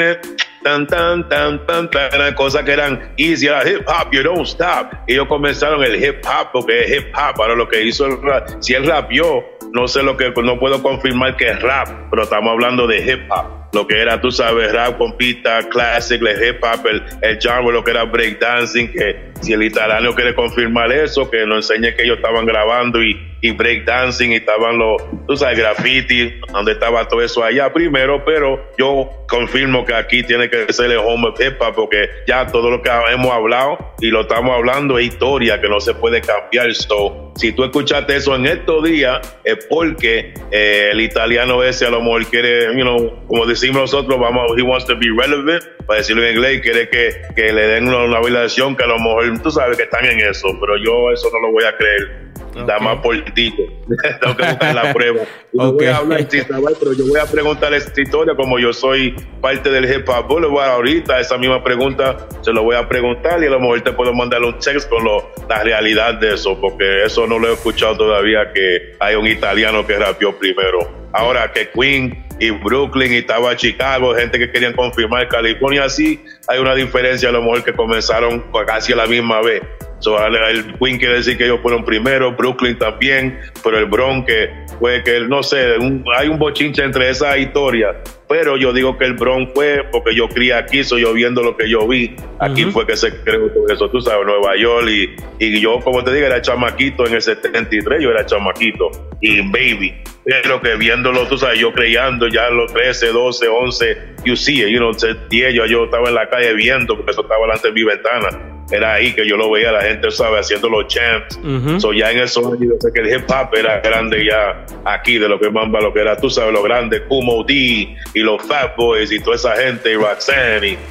eran cosas que eran easy, era hip hop, you don't stop. Y ellos comenzaron el hip hop porque es hip hop. Ahora lo que hizo el rap, si él rapeó, no sé no puedo confirmar que es rap, pero estamos hablando de hip hop. Lo que era, tú sabes, rap con pista, classic, el hip hop, el genre, lo que era breakdancing, que si el italiano quiere confirmar eso, que nos enseñe que ellos estaban grabando y breakdancing y estaban tú sabes, graffiti, donde estaba todo eso allá primero, pero yo confirmo que aquí tiene que ser el home of hip hop, porque ya todo lo que hemos hablado y lo estamos hablando es historia que no se puede cambiar. Si tú escuchaste eso en estos días, es porque el italiano ese a lo mejor quiere, como decimos nosotros, he wants to be relevant, para decirlo en inglés, quiere que le den una validación que a lo mejor tú sabes que están en eso, pero yo eso no lo voy a creer. Okay. Da más por ti. Tengo que buscar la prueba. No voy a hablar, pero yo voy a preguntar esta historia, como yo soy parte del Hip Hop Boulevard ahorita, esa misma pregunta se lo voy a preguntar y a lo mejor te puedo mandar un text con la realidad de eso, porque eso no lo he escuchado todavía, que hay un italiano que rapeó primero. Ahora que Queen y Brooklyn y estaba Chicago, gente que querían confirmar California, sí, hay una diferencia a lo mejor que comenzaron casi a la misma vez. El Queen quiere decir que ellos fueron primero, Brooklyn también, pero el Bronx que fue que, no sé, hay un bochinche entre esas historias, pero yo digo que el Bronx fue porque yo crié aquí, soy yo viendo lo que yo vi, aquí fue que se creó todo eso, tú sabes, Nueva York, y yo, como te digo, era chamaquito en el 73, yo era chamaquito, y baby, pero que viéndolo, tú sabes, yo creyendo ya los 13, 12, 11, you see it, 10, yo estaba en la calle viendo, porque eso estaba delante de mi ventana. Era ahí que yo lo veía, la gente, sabe, haciendo los chants. Ya en esos años, yo sé que el hip hop era grande ya aquí, de lo que Mamba, lo que era, tú sabes, lo grande, Kumo D y los Fat Boys y toda esa gente, y Roxanne, y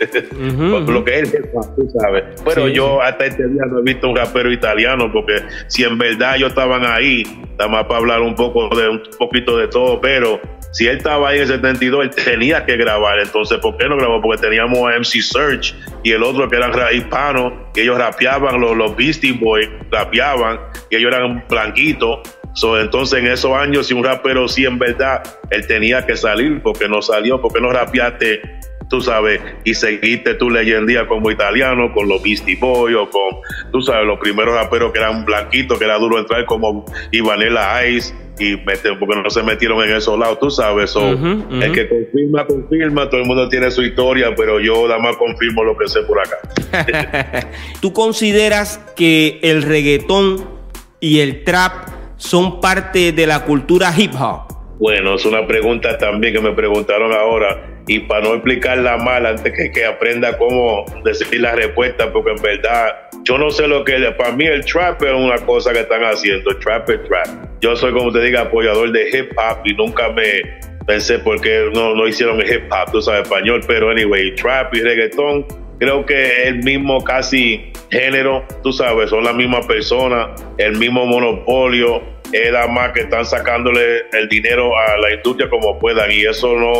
lo que es el hip hop, tú sabes. Pero yo hasta este día no he visto un rapero italiano, porque si en verdad ellos estaban ahí, nada más para hablar un poquito de todo, pero si él estaba ahí en el 72, él tenía que grabar. Entonces, ¿por qué no grabó? Porque teníamos a MC Serch y el otro que eran hispanos, que ellos rapeaban, los Beastie Boys rapeaban, y ellos eran blanquitos. Entonces, en esos años, si un rapero sí, en verdad, él tenía que salir, porque no salió, porque no rapeaste, tú sabes, y seguiste tu leyendía como italiano, con los Beastie Boys, o con, tú sabes, los primeros raperos que eran blanquitos, que era duro entrar, como Vanilla Ice, y porque no se metieron en esos lados, tú sabes. El que confirma, todo el mundo tiene su historia, pero yo nada más confirmo lo que sé por acá.
¿Tú consideras que el reggaetón y el trap son parte de la cultura hip hop?
Bueno, es una pregunta también que me preguntaron ahora, y para no explicarla mal, antes que aprenda cómo decir la respuesta, porque en verdad yo no sé lo que para mí el trap es una cosa que están haciendo. El trap es trap. Yo soy, como te digo, apoyador de hip hop, y nunca me pensé por qué no hicieron el hip hop, tú sabes, español, pero anyway, trap y reggaetón creo que es el mismo casi género, tú sabes, son la misma persona, el mismo monopolio, es nada más que están sacándole el dinero a la industria como puedan, y eso no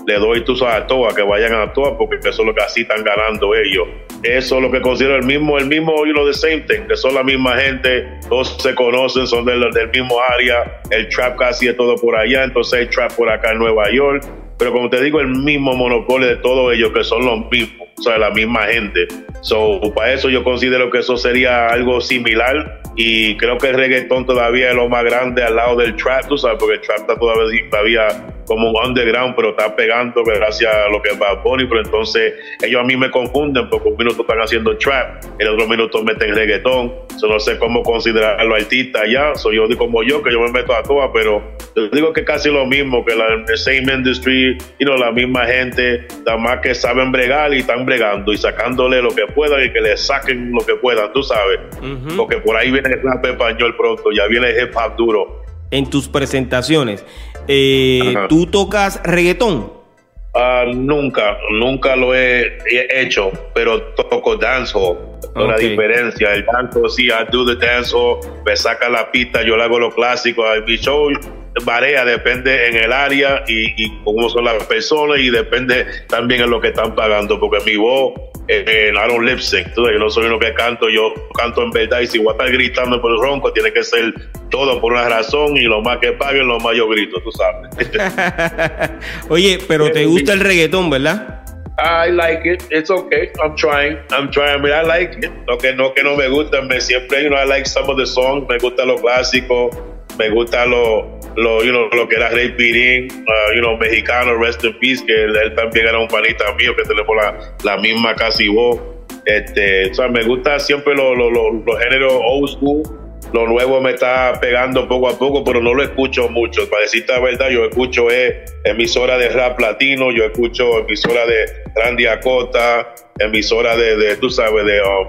le doy a todas, que vayan a todas, porque eso es lo que así están ganando ellos. Eso es lo que considero el mismo, the same thing, que son la misma gente, todos se conocen, son del mismo área, el trap casi es todo por allá, entonces el trap por acá en Nueva York, pero como te digo, el mismo monopolio de todos ellos, que son los mismos, o sea, la misma gente. So, para eso yo considero que eso sería algo similar, y creo que el reggaetón todavía es lo más grande al lado del trap, tú sabes, porque el trap está todavía como un underground, pero está pegando gracias a lo que es Bad Bunny, pero entonces ellos a mí me confunden, porque un minuto están haciendo trap, el otro minuto meten reggaetón, no sé cómo considerar a los artistas ya, yo digo como yo, que yo me meto a todas, pero yo digo que casi lo mismo, que la same industry, la misma gente, nada más que saben bregar y están bregando y sacándole lo que puedan y que le saquen lo que puedan, tú sabes, porque por ahí viene el rap español pronto, ya viene el hip hop duro.
En tus presentaciones, ¿tú tocas reggaetón?
Nunca lo he hecho, pero toco dancehall. La diferencia, el dancehall, sí, I do the dancehall, me saca la pista, yo le hago lo clásico, mi show varía, depende en el área y cómo son las personas, y depende también en lo que están pagando, porque mi voz, I don't lip sync, yo no soy uno que canto, yo canto en verdad, y si voy a estar gritando por el ronco, tiene que ser todo por una razón, y lo más que paguen, lo más yo grito, tú sabes.
Oye, pero te gusta el reggaetón, ¿verdad?
I like it. It's okay. I'm trying. I mean, I like it. No que no me gusta. Siempre, I like some of the songs. Me gusta lo clásico. Me gusta lo que era Rey Pirín, mexicano, rest in peace, que él también era un panita mío, que tenemos la misma casi voz. O sea, me gusta siempre los géneros old school. Lo nuevo me está pegando poco a poco, pero no lo escucho mucho. Para decirte la verdad, yo escucho emisora de rap latino, yo escucho emisora de Randy Acosta, emisora de tú sabes,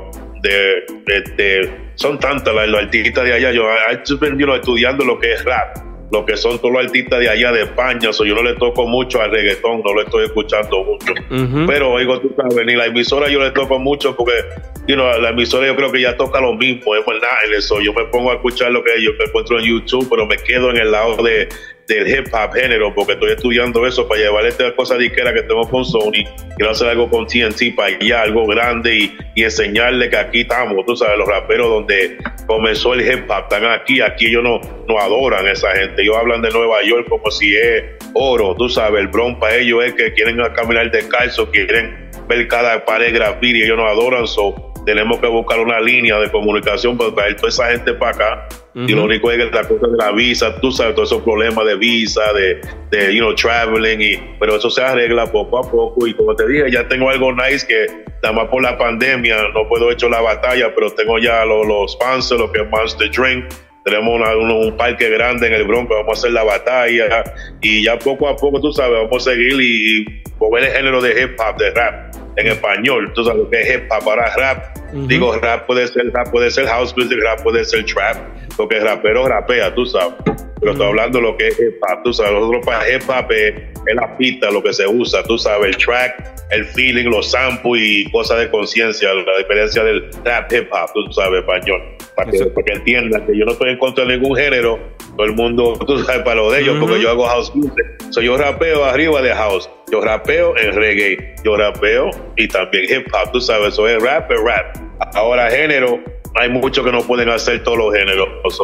son tantas los artistas de allá. Yo he estudiando lo que es rap, lo que son todos los artistas de allá de España. Yo no le toco mucho al reggaetón, no lo estoy escuchando mucho. Pero oigo, tú sabes, ni la emisora yo le toco mucho, porque la emisora yo creo que ya toca lo mismo, es verdad en eso. Yo me pongo a escuchar lo que yo me encuentro en YouTube, pero me quedo en el lado del hip hop género, porque estoy estudiando eso para llevar esta cosa disquera que tengo con Sony. Quiero hacer algo con TNT para allá, algo grande, y enseñarle que aquí estamos, tú sabes, los raperos donde comenzó el hip hop están aquí ellos no adoran a esa gente. Ellos hablan de Nueva York como si es oro, tú sabes, el Bronx para ellos es que quieren caminar descalzo, quieren ver cada pared graffiti, ellos no adoran. Tenemos que buscar una línea de comunicación para traer toda esa gente para acá. Y lo único es que la cosa de la visa, tú sabes, todos esos problemas de visa, de traveling, pero eso se arregla poco a poco. Y como te dije, ya tengo algo nice, que nada más por la pandemia no puedo echar la batalla, pero tengo ya los sponsors, lo que es Monster Drink. Tenemos un parque grande en el Bronx, vamos a hacer la batalla, y ya poco a poco, tú sabes, vamos a seguir y mover el género de hip hop, de rap en español. Tú sabes lo que es hip hop, ahora rap. Digo, rap puede ser house music, rap puede ser trap, porque el rapero rapea, tú sabes. Pero estoy hablando de lo que es hip hop, tú sabes. Nosotros para hip hop es la pista, lo que se usa, tú sabes, el track, el feeling, los samples y cosas de conciencia, la diferencia del rap hip hop, tú sabes, español. Para que entiendan que yo no estoy en contra de ningún género, todo el mundo, tú sabes, para lo de ellos, porque yo hago house music. Yo rapeo arriba de house, yo rapeo en reggae, yo rapeo y también hip hop, tú sabes, eso es rap. Ahora género, hay muchos que no pueden hacer todos los géneros.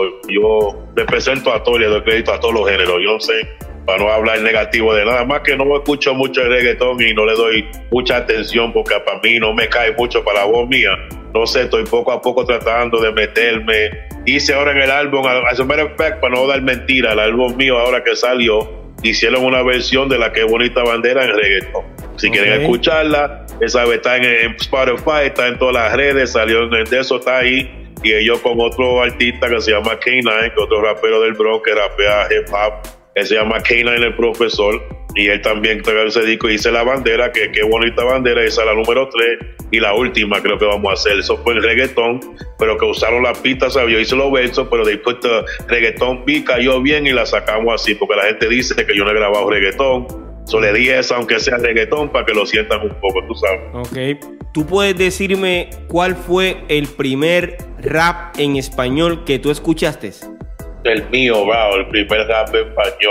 Yo represento a todos, le doy crédito a todos los géneros. Yo no sé, para no hablar negativo de nada más, que no escucho mucho el reggaetón y no le doy mucha atención, porque para mí no me cae mucho para la voz mía. No sé, estoy poco a poco tratando de meterme. Hice ahora en el álbum, as a matter of fact, para no dar mentira, el álbum mío ahora que salió, hicieron una versión de la que Bonita Bandera en reggaetón. Si quieren escucharla, esa está en Spotify, está en todas las redes, salió en de eso, está ahí. Y ellos con otro artista que se llama K9, que otro rapero del Bronx que rapea hip hop, él se llama K9 el profesor, y él también trae ese disco. Hice la bandera, que qué bonita bandera, esa es la número 3, y la última creo que vamos a hacer. Eso fue el reggaetón, pero que usaron la pista, ¿sabes? Yo hice los versos, pero después el reggaetón cayó bien y la sacamos así, porque la gente dice que yo no he grabado reggaetón. Le di esa, aunque sea reggaetón, para que lo sientan un poco, tú sabes.
Ok. ¿Tú puedes decirme cuál fue el primer rap en español que tú escuchaste?
El mío, wow, el primer rap en español.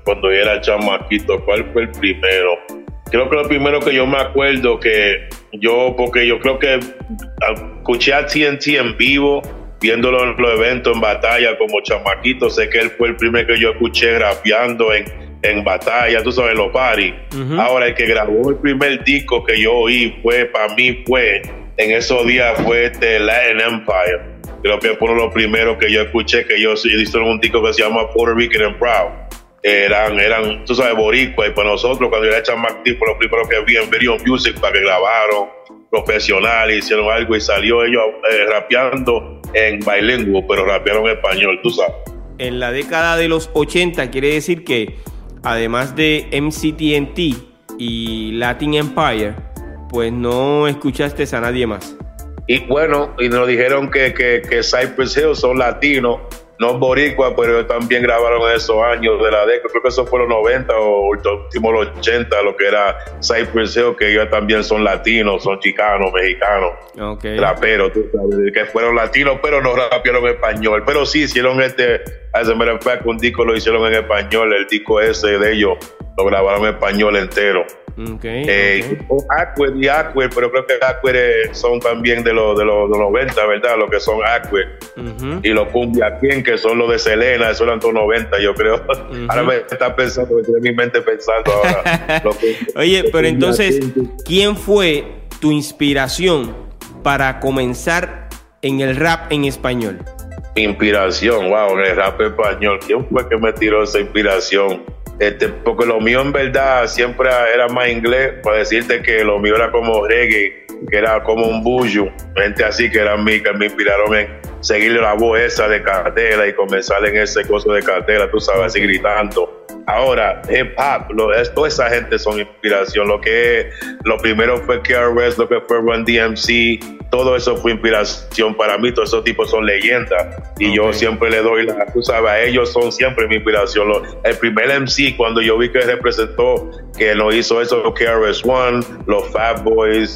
cuando yo era chamaquito. ¿Cuál fue el primero? Creo que lo primero que yo me acuerdo porque yo creo que escuché a TNT en vivo, viéndolo en los eventos en batalla como chamaquito. Sé que él fue el primero que yo escuché rapeando en batalla, tú sabes, en los parties. Ahora, el que grabó el primer disco que yo oí para mí en esos días fue Latin Empire. Creo que fue uno de los primeros que yo escuché, que yo hice un disco que se llama Puerto Rican and Proud. Eran, tú sabes, boricua, y para nosotros, cuando yo era chamaquito, lo primero que vi en Video Music, para que grabaron profesional, hicieron algo y salió ellos rapeando en bilingüe, pero rapearon en español, tú sabes.
En la década de los 80, quiere decir que además de MCTNT y Latin Empire, pues no escuchaste a nadie más.
Y bueno, y nos dijeron que Cypress Hill son latinos, no boricua, pero ellos también grabaron en esos años de la década. Creo que eso fue los 90 o los últimos 80, lo que era Cypress Hill, que ellos también son latinos, son chicanos, mexicanos, raperos, tú sabes, que fueron latinos, pero no rapearon en español. Pero sí hicieron as a matter of fact, un disco lo hicieron en español, el disco ese de ellos lo grabaron en español entero. Aquid y Aquid, pero creo que Aquid son también de los 90, ¿verdad? Lo que son Aquid. Y los Cumbia King, que son los de Selena, eso eran todos 90, yo creo. Ahora me está pensando, me tiene mi mente pensando ahora.
Oye, pero entonces, ¿quién fue tu inspiración para comenzar en el rap en español?
Inspiración, wow, en el rap español. ¿Quién fue que me tiró esa inspiración? Porque lo mío en verdad siempre era más inglés, para decirte que lo mío era como reggae, que era como un buju, gente así que eran mí, que me inspiraron en seguirle la voz esa de cartera y comenzar en ese coso de cartera, tú sabes, así gritando. Ahora, hip hop, toda esa gente son inspiración. Lo primero fue KRS, lo que fue Run DMC, todo eso fue inspiración para mí. Todos esos tipos son leyendas y yo siempre le doy tú sabes, a ellos son siempre mi inspiración. El primer MC, cuando yo vi que representó, que nos hizo eso, los KRS-One, los Fat Boys,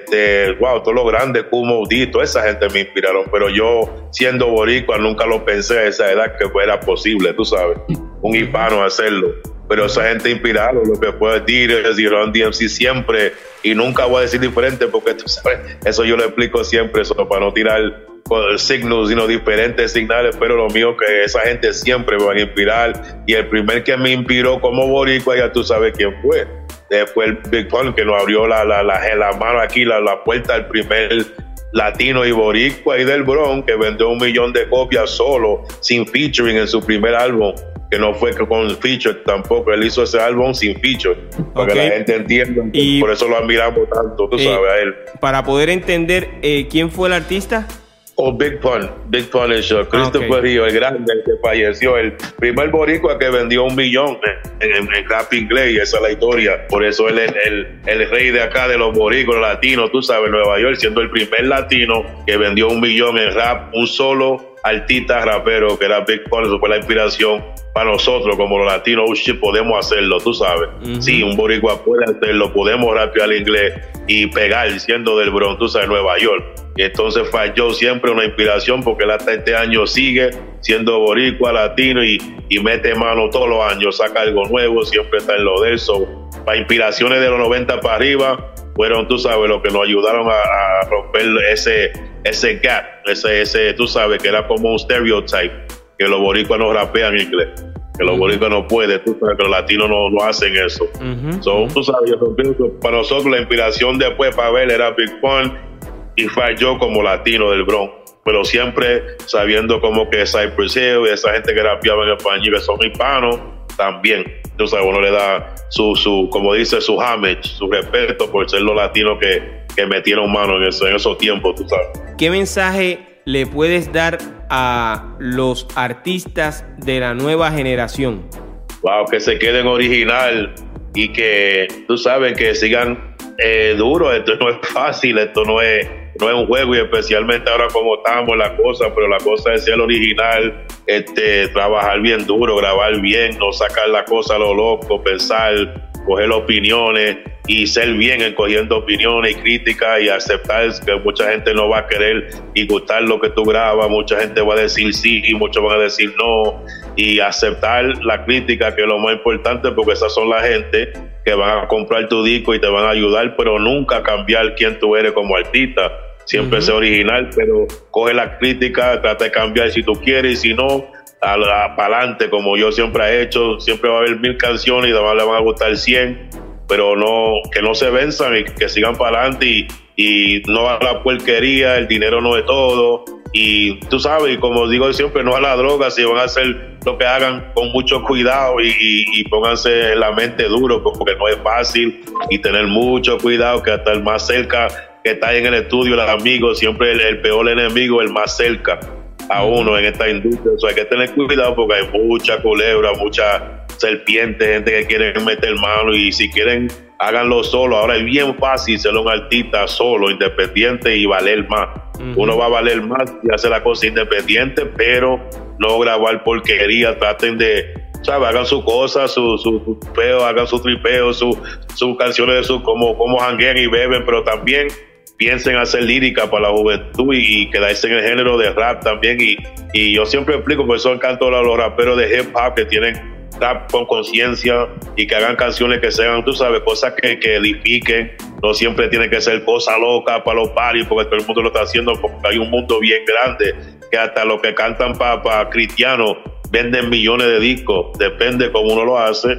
todos los grandes, Kumo D, toda esa gente me inspiraron, pero yo, siendo boricua, nunca lo pensé a esa edad que fuera posible, tú sabes, un hispano hacerlo. Pero esa gente inspiraron, lo que fue Diddy y Run DMC siempre, y nunca voy a decir diferente, porque tú sabes, eso yo lo explico siempre, eso para no tirar signos, sino diferentes señales, pero lo mío que esa gente siempre me van a inspirar, y el primer que me inspiró como boricua, ya tú sabes quién fue. Fue el Big Pun, que nos abrió la mano aquí, la puerta al primer latino y boricua y del Bronx, que vendió 1 millón de copias solo, sin featuring en su primer álbum, que no fue con feature tampoco. Él hizo ese álbum sin feature, para que la gente entienda, y por eso lo admiramos tanto, tú sabes, a él.
Para poder entender, ¿quién fue el artista?
Big Punisher, Christopher Río, el grande, el que falleció, el primer boricua que vendió 1 millón en rap inglés, y esa es la historia. Por eso él es el rey de acá, de los boricos, los latinos, tú sabes, Nueva York, siendo el primer latino que vendió 1 millón en rap, un solo artista rapero, que era Big Pun. Eso fue la inspiración para nosotros como los latinos. Podemos hacerlo, tú sabes. Sí, un boricua puede hacerlo, podemos rapear inglés y pegar siendo del Bronx, tú sabes, Nueva York. Y entonces falló siempre una inspiración, porque él hasta este año sigue siendo boricua, latino, y mete mano todos los años, saca algo nuevo, siempre está en lo de eso. Para inspiraciones de los 90 para arriba fueron, tú sabes, lo que nos ayudaron a romper ese gap, ese tú sabes, que era como un stereotype, que los boricuas no rapean inglés, que los boricuas no pueden, tú sabes, que los latinos no hacen eso. Tú sabes, para nosotros la inspiración después para ver era Big Pun, y falló como latino del Bronx, pero siempre sabiendo como que Cypress Hill y esa gente que rapeaba en español, que son hispanos también. Tú sabes, uno le da su como dice, su homage, su respeto por ser los latinos que metieron mano en esos tiempos, tú sabes.
¿Qué mensaje le puedes dar a los artistas de la nueva generación?
Wow, que se queden original y que, tú sabes, que sigan duro. Esto no es fácil, esto no es un juego, y especialmente ahora como estamos la cosa, pero la cosa es ser original, trabajar bien duro, grabar bien, no sacar la cosa a lo loco, pensar, coger opiniones y ser bien en cogiendo opiniones y críticas y aceptar que mucha gente no va a querer y gustar lo que tú grabas, mucha gente va a decir sí y muchos van a decir no, y aceptar la crítica, que es lo más importante, porque esas son la gente que van a comprar tu disco y te van a ayudar, pero nunca cambiar quién tú eres como artista. Siempre ser original, pero coge la crítica, trata de cambiar si tú quieres, y si no, para adelante, como yo siempre he hecho. Siempre va a haber 1000 canciones y además le van a gustar 100, pero no, que no se venzan y que sigan para adelante, y no a la porquería, el dinero no es todo, y tú sabes, y como digo siempre, no a la droga. Si van a hacer lo que hagan con mucho cuidado y pónganse la mente duro, porque no es fácil, y tener mucho cuidado, que hasta el más cerca que está en el estudio, el amigo, siempre el peor enemigo, el más cerca a uno en esta industria. O sea, hay que tener cuidado, porque hay mucha culebra, mucha serpiente, gente que quiere meter mano, y si quieren, háganlo solo. Ahora es bien fácil ser un artista solo, independiente, y valer más. Uno va a valer más y hace la cosa independiente, pero no grabar porquería. Traten de, ¿sabes? Hagan su cosa, su peo, hagan su tripeo, sus canciones, como janguean y beben, pero también piensen hacer lírica para la juventud y quedarse en el género de rap también. Y yo siempre explico, por eso encanto a los raperos de hip hop que tienen rap con conciencia y que hagan canciones que sean, tú sabes, cosas que edifiquen. No siempre tiene que ser cosa loca para los parties, porque todo el mundo lo está haciendo, porque hay un mundo bien grande que hasta los que cantan para cristianos venden millones de discos. Depende cómo uno lo hace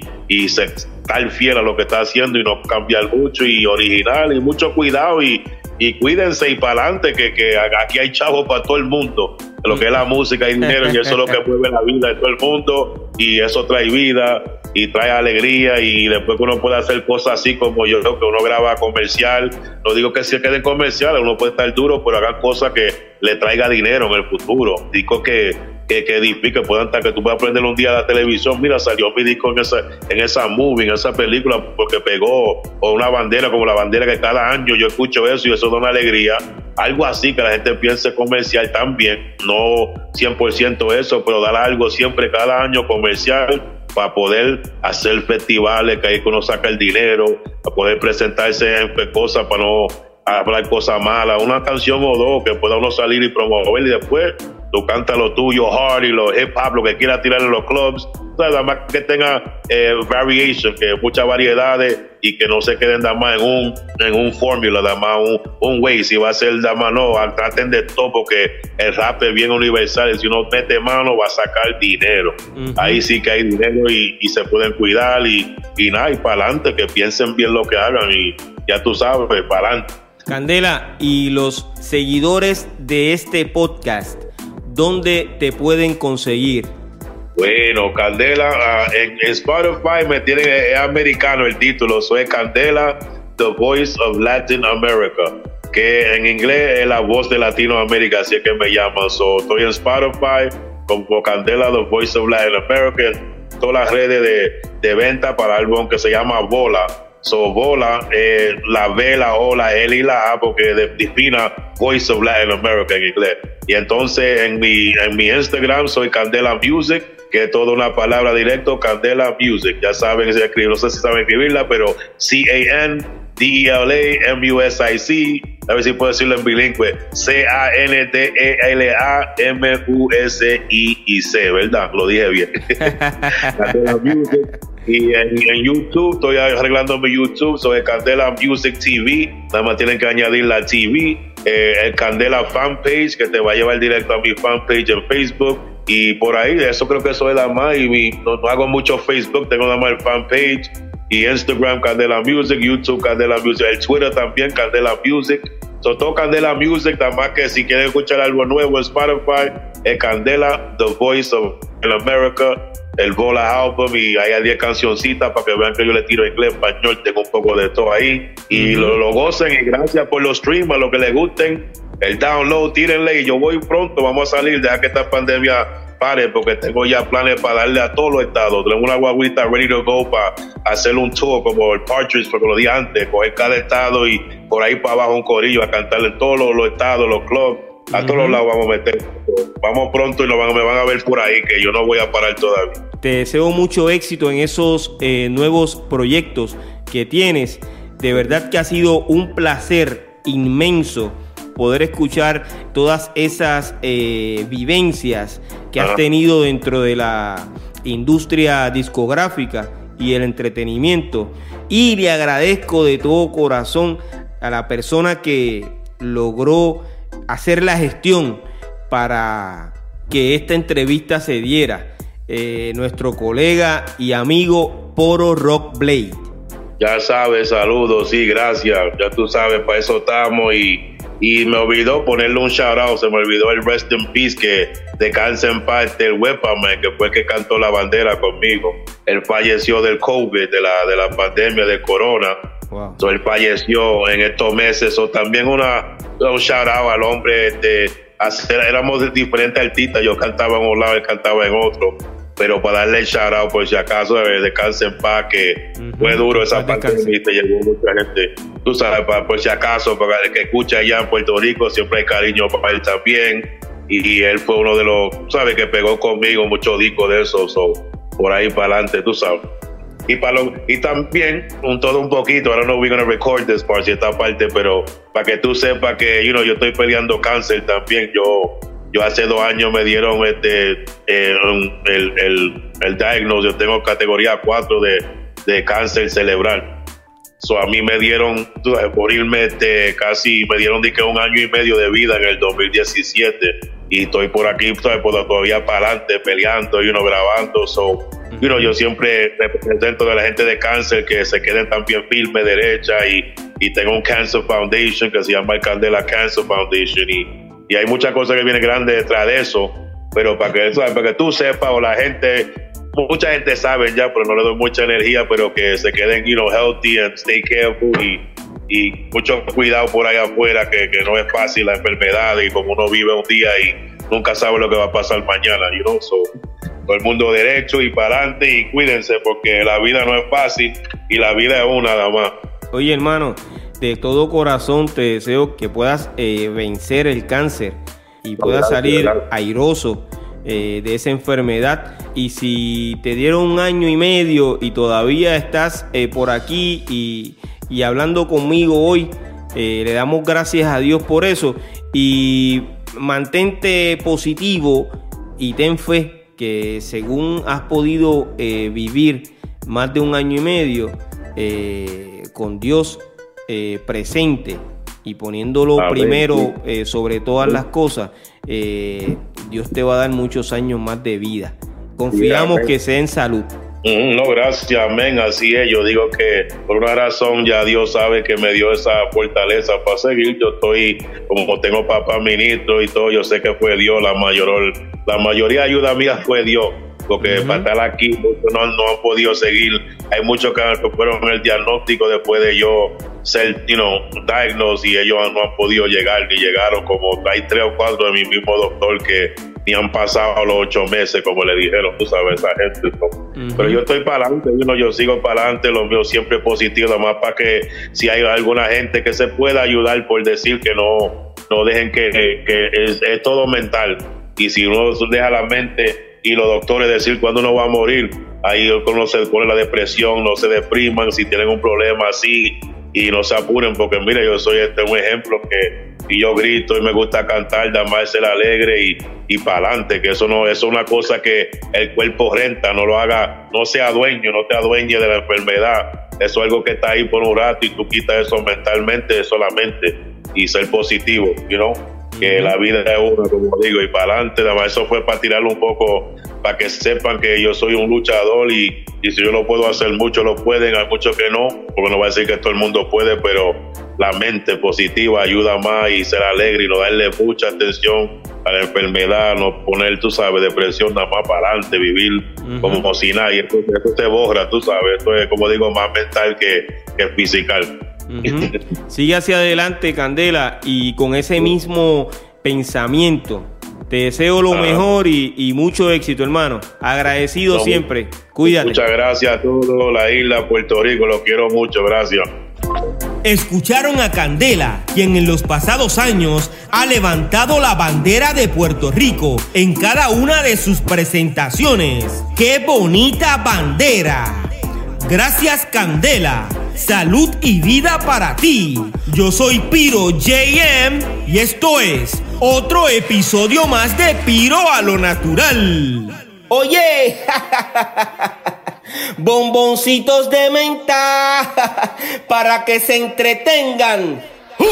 y se estar fiel a lo que está haciendo y no cambiar mucho, y original, y mucho cuidado, y cuídense y para adelante, que aquí hay chavos para todo el mundo. Lo que es la música y dinero, y eso es lo que mueve la vida de todo el mundo, y eso trae vida y trae alegría. Y después que uno puede hacer cosas así como yo, que uno graba comercial, no digo que se queden comerciales, uno puede estar duro, pero hagan cosas que le traiga dinero en el futuro. Digo que edifique, puedan estar, que tú puedas prender un día la televisión, mira, salió mi disco en esa movie, en esa película, porque pegó, o una bandera como la bandera, que cada año yo escucho eso y eso da una alegría. Algo así, que la gente piense comercial también, no 100% eso, pero dar algo siempre cada año comercial, para poder hacer festivales, que ahí uno saca el dinero, para poder presentarse en cosas, para no hablar cosas malas, una canción o dos que pueda uno salir y promover, y después tú cantas lo tuyo, hard, y lo hip hop, lo que quieras tirar en los clubs. Nada más que tenga variation, que muchas variedades, y que no se queden nada más en un fórmula, nada más un way. Si va a ser nada más, no, traten de todo, porque el rap es bien universal, y si uno mete mano va a sacar dinero. Ahí sí que hay dinero, y se pueden cuidar, y nada, y para adelante, que piensen bien lo que hagan, y ya tú sabes, para adelante.
Candela, y los seguidores de este podcast, ¿dónde te pueden conseguir?
Bueno, Candela, en Spotify me tienen, es americano el título, soy Candela, The Voice of Latin America, que en inglés es la voz de Latinoamérica, así es que me llaman. Estoy en Spotify como Candela, The Voice of Latin America, en todas las redes de venta para el álbum que se llama Bola. Bola, la B, la O, la L y la A, porque defina Voice of Latin America en inglés. Y entonces en mi Instagram soy Candela Music, que es toda una palabra directo, Candela Music. Ya saben, se escribe, no sé si saben escribirla, pero CANDELA MUSIC, a ver si puedo decirlo en bilingüe, CANDELA MUSIC, ¿verdad? Lo dije bien. Candela Music. Y en YouTube, estoy arreglando mi YouTube, soy Candela Music TV, nada más tienen que añadir la TV, el Candela fanpage, que te va a llevar directo a mi fanpage en Facebook, y por ahí, eso creo que eso es la más, y no hago mucho Facebook, tengo nada más el fanpage, y Instagram Candela Music, YouTube Candela Music, el Twitter también Candela Music. Todo Candela Music, nada más que si quieren escuchar algo nuevo en Spotify, es Candela, The Voice of America, el Bola Album, y hay 10 cancioncitas para que vean que yo le tiro inglés, español, tengo un poco de todo ahí, y lo gocen, y gracias por los streams, a los que les gusten, el download, tírenle, y yo voy pronto, vamos a salir, deja que esta pandemia pare, porque tengo ya planes para darle a todos los estados. Tenemos una guaguita ready to go para hacer un tour como el Partridge, porque lo di antes, coger cada estado y por ahí para abajo un corillo a cantarle en todos los estados, los clubs, a todos los lados vamos a meter. Vamos pronto y me van a ver por ahí, que yo no voy a parar todavía.
Te deseo mucho éxito en esos nuevos proyectos. que tienes. De verdad que ha sido un placer inmenso poder escuchar todas esas vivencias que has tenido dentro de la industria discográfica y el entretenimiento. Y le agradezco de todo corazón a la persona que logró hacer la gestión para que esta entrevista se diera, nuestro colega y amigo Poro Rock Blade.
Ya sabes, saludos, sí, gracias, ya tú sabes, para eso estamos. Y me olvidó ponerle un shout out, se me olvidó el Rest in Peace, que descanse en paz el Weaponman, que fue el que cantó la bandera conmigo. Él falleció del COVID, de la pandemia del corona. Wow. So, él falleció en estos meses. So, también un shout out al hombre éramos de diferentes artistas, yo cantaba en un lado, él cantaba en otro. Pero para darle el shout out, por si acaso, descanse en paz, que fue duro esa pandemia y te llegó mucha gente. Tú sabes, por si acaso, para el que escucha allá en Puerto Rico, siempre hay cariño para él también. Y él fue uno de los, sabes, que pegó conmigo muchos discos de esos, por ahí para adelante, tú sabes. Y también, todo un poquito, I don't know we're going to record this part, esta parte, pero para que tú sepas que, yo estoy peleando cáncer también. Yo hace 2 años me dieron el diagnóstico. Yo tengo categoría 4 de cáncer cerebral. A mí me dieron, por irme, casi me dieron 1 año y medio de vida en el 2017. Y estoy por aquí, todavía para adelante, peleando, grabando. Yo siempre represento a la gente de cáncer que se queden también firme, derecha. Y tengo un Cancer Foundation que se llama el Candela Cancer Foundation. Y hay muchas cosas que vienen grandes detrás de eso, pero para que tú sepas, o la gente, mucha gente sabe ya, pero no le doy mucha energía, pero que se queden, healthy and stay careful y mucho cuidado por ahí afuera, que no es fácil la enfermedad y como uno vive un día y nunca sabe lo que va a pasar mañana, todo el mundo derecho y para adelante y cuídense porque la vida no es fácil y la vida es una nada más.
Oye, hermano, de todo corazón te deseo que puedas vencer el cáncer y puedas salir airoso de esa enfermedad. Y si te dieron 1 año y medio y todavía estás por aquí y hablando conmigo hoy, le damos gracias a Dios por eso. Y mantente positivo y ten fe que según has podido vivir más de 1 año y medio con Dios presente y poniéndolo primero sobre todas las cosas, Dios te va a dar muchos años más de vida. Confiamos que sea en salud.
No, gracias, amén, así es. Yo digo que por una razón ya Dios sabe que me dio esa fortaleza para seguir. Yo estoy, como tengo papá ministro y todo, yo sé que fue Dios. La mayoría de ayuda mía fue Dios, porque para estar aquí no han podido seguir. Hay muchos que fueron en el diagnóstico después de yo ser, diagnosed, y ellos no han podido llegar, ni llegaron. Como hay 3 o 4 de mi mismo doctor que ni han pasado los 8 meses, como le dijeron, tú sabes, esa gente. Pero yo estoy para adelante, yo sigo para adelante, lo mío siempre positivo, nada más para que si hay alguna gente que se pueda ayudar, por decir que no dejen que es todo mental. Y si uno deja la mente y los doctores decir cuándo uno va a morir, ahí uno se pone la depresión, no se depriman si tienen un problema así y no se apuren, porque mire, yo soy un ejemplo y yo grito y me gusta cantar, más ser alegre y para adelante, que eso no es una cosa que el cuerpo renta, no lo haga, no sea dueño, no te adueñe de la enfermedad. Eso es algo que está ahí por un rato y tú quitas eso mentalmente solamente y ser positivo, que la vida es una, como digo, y para adelante. Eso fue para tirarlo un poco, para que sepan que yo soy un luchador y si yo lo puedo hacer, muchos lo pueden, hay muchos que no, porque no va a decir que todo el mundo puede, pero la mente positiva ayuda más y ser alegre y no darle mucha atención a la enfermedad, no poner, tú sabes, depresión, nada más para adelante, vivir como si nada, y eso te borra, tú sabes, esto es, como digo, más mental que físical.
Sigue hacia adelante, Candela, y con ese mismo pensamiento te deseo lo mejor y mucho éxito, hermano. Agradecido siempre. Cuídate.
Muchas gracias a todos, la isla, Puerto Rico, los quiero mucho, gracias.
Escucharon a Candela, quien en los pasados años ha levantado la bandera de Puerto Rico en cada una de sus presentaciones. ¡Qué bonita bandera! Gracias, Candela. salud y vida para ti. Yo soy Piro JM y esto es otro episodio más de Piro a lo natural. Oye, bomboncitos de menta para que se entretengan.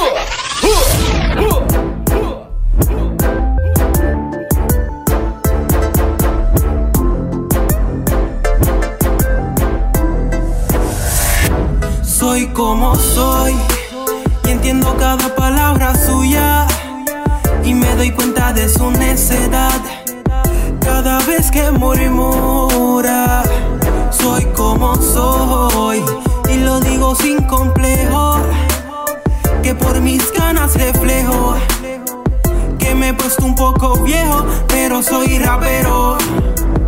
Soy como soy y entiendo cada palabra suya y me doy cuenta de su necedad cada vez que murmura. Soy como soy y lo digo sin complejo, que por mis ganas reflejo que me he puesto un poco viejo, pero soy rapero.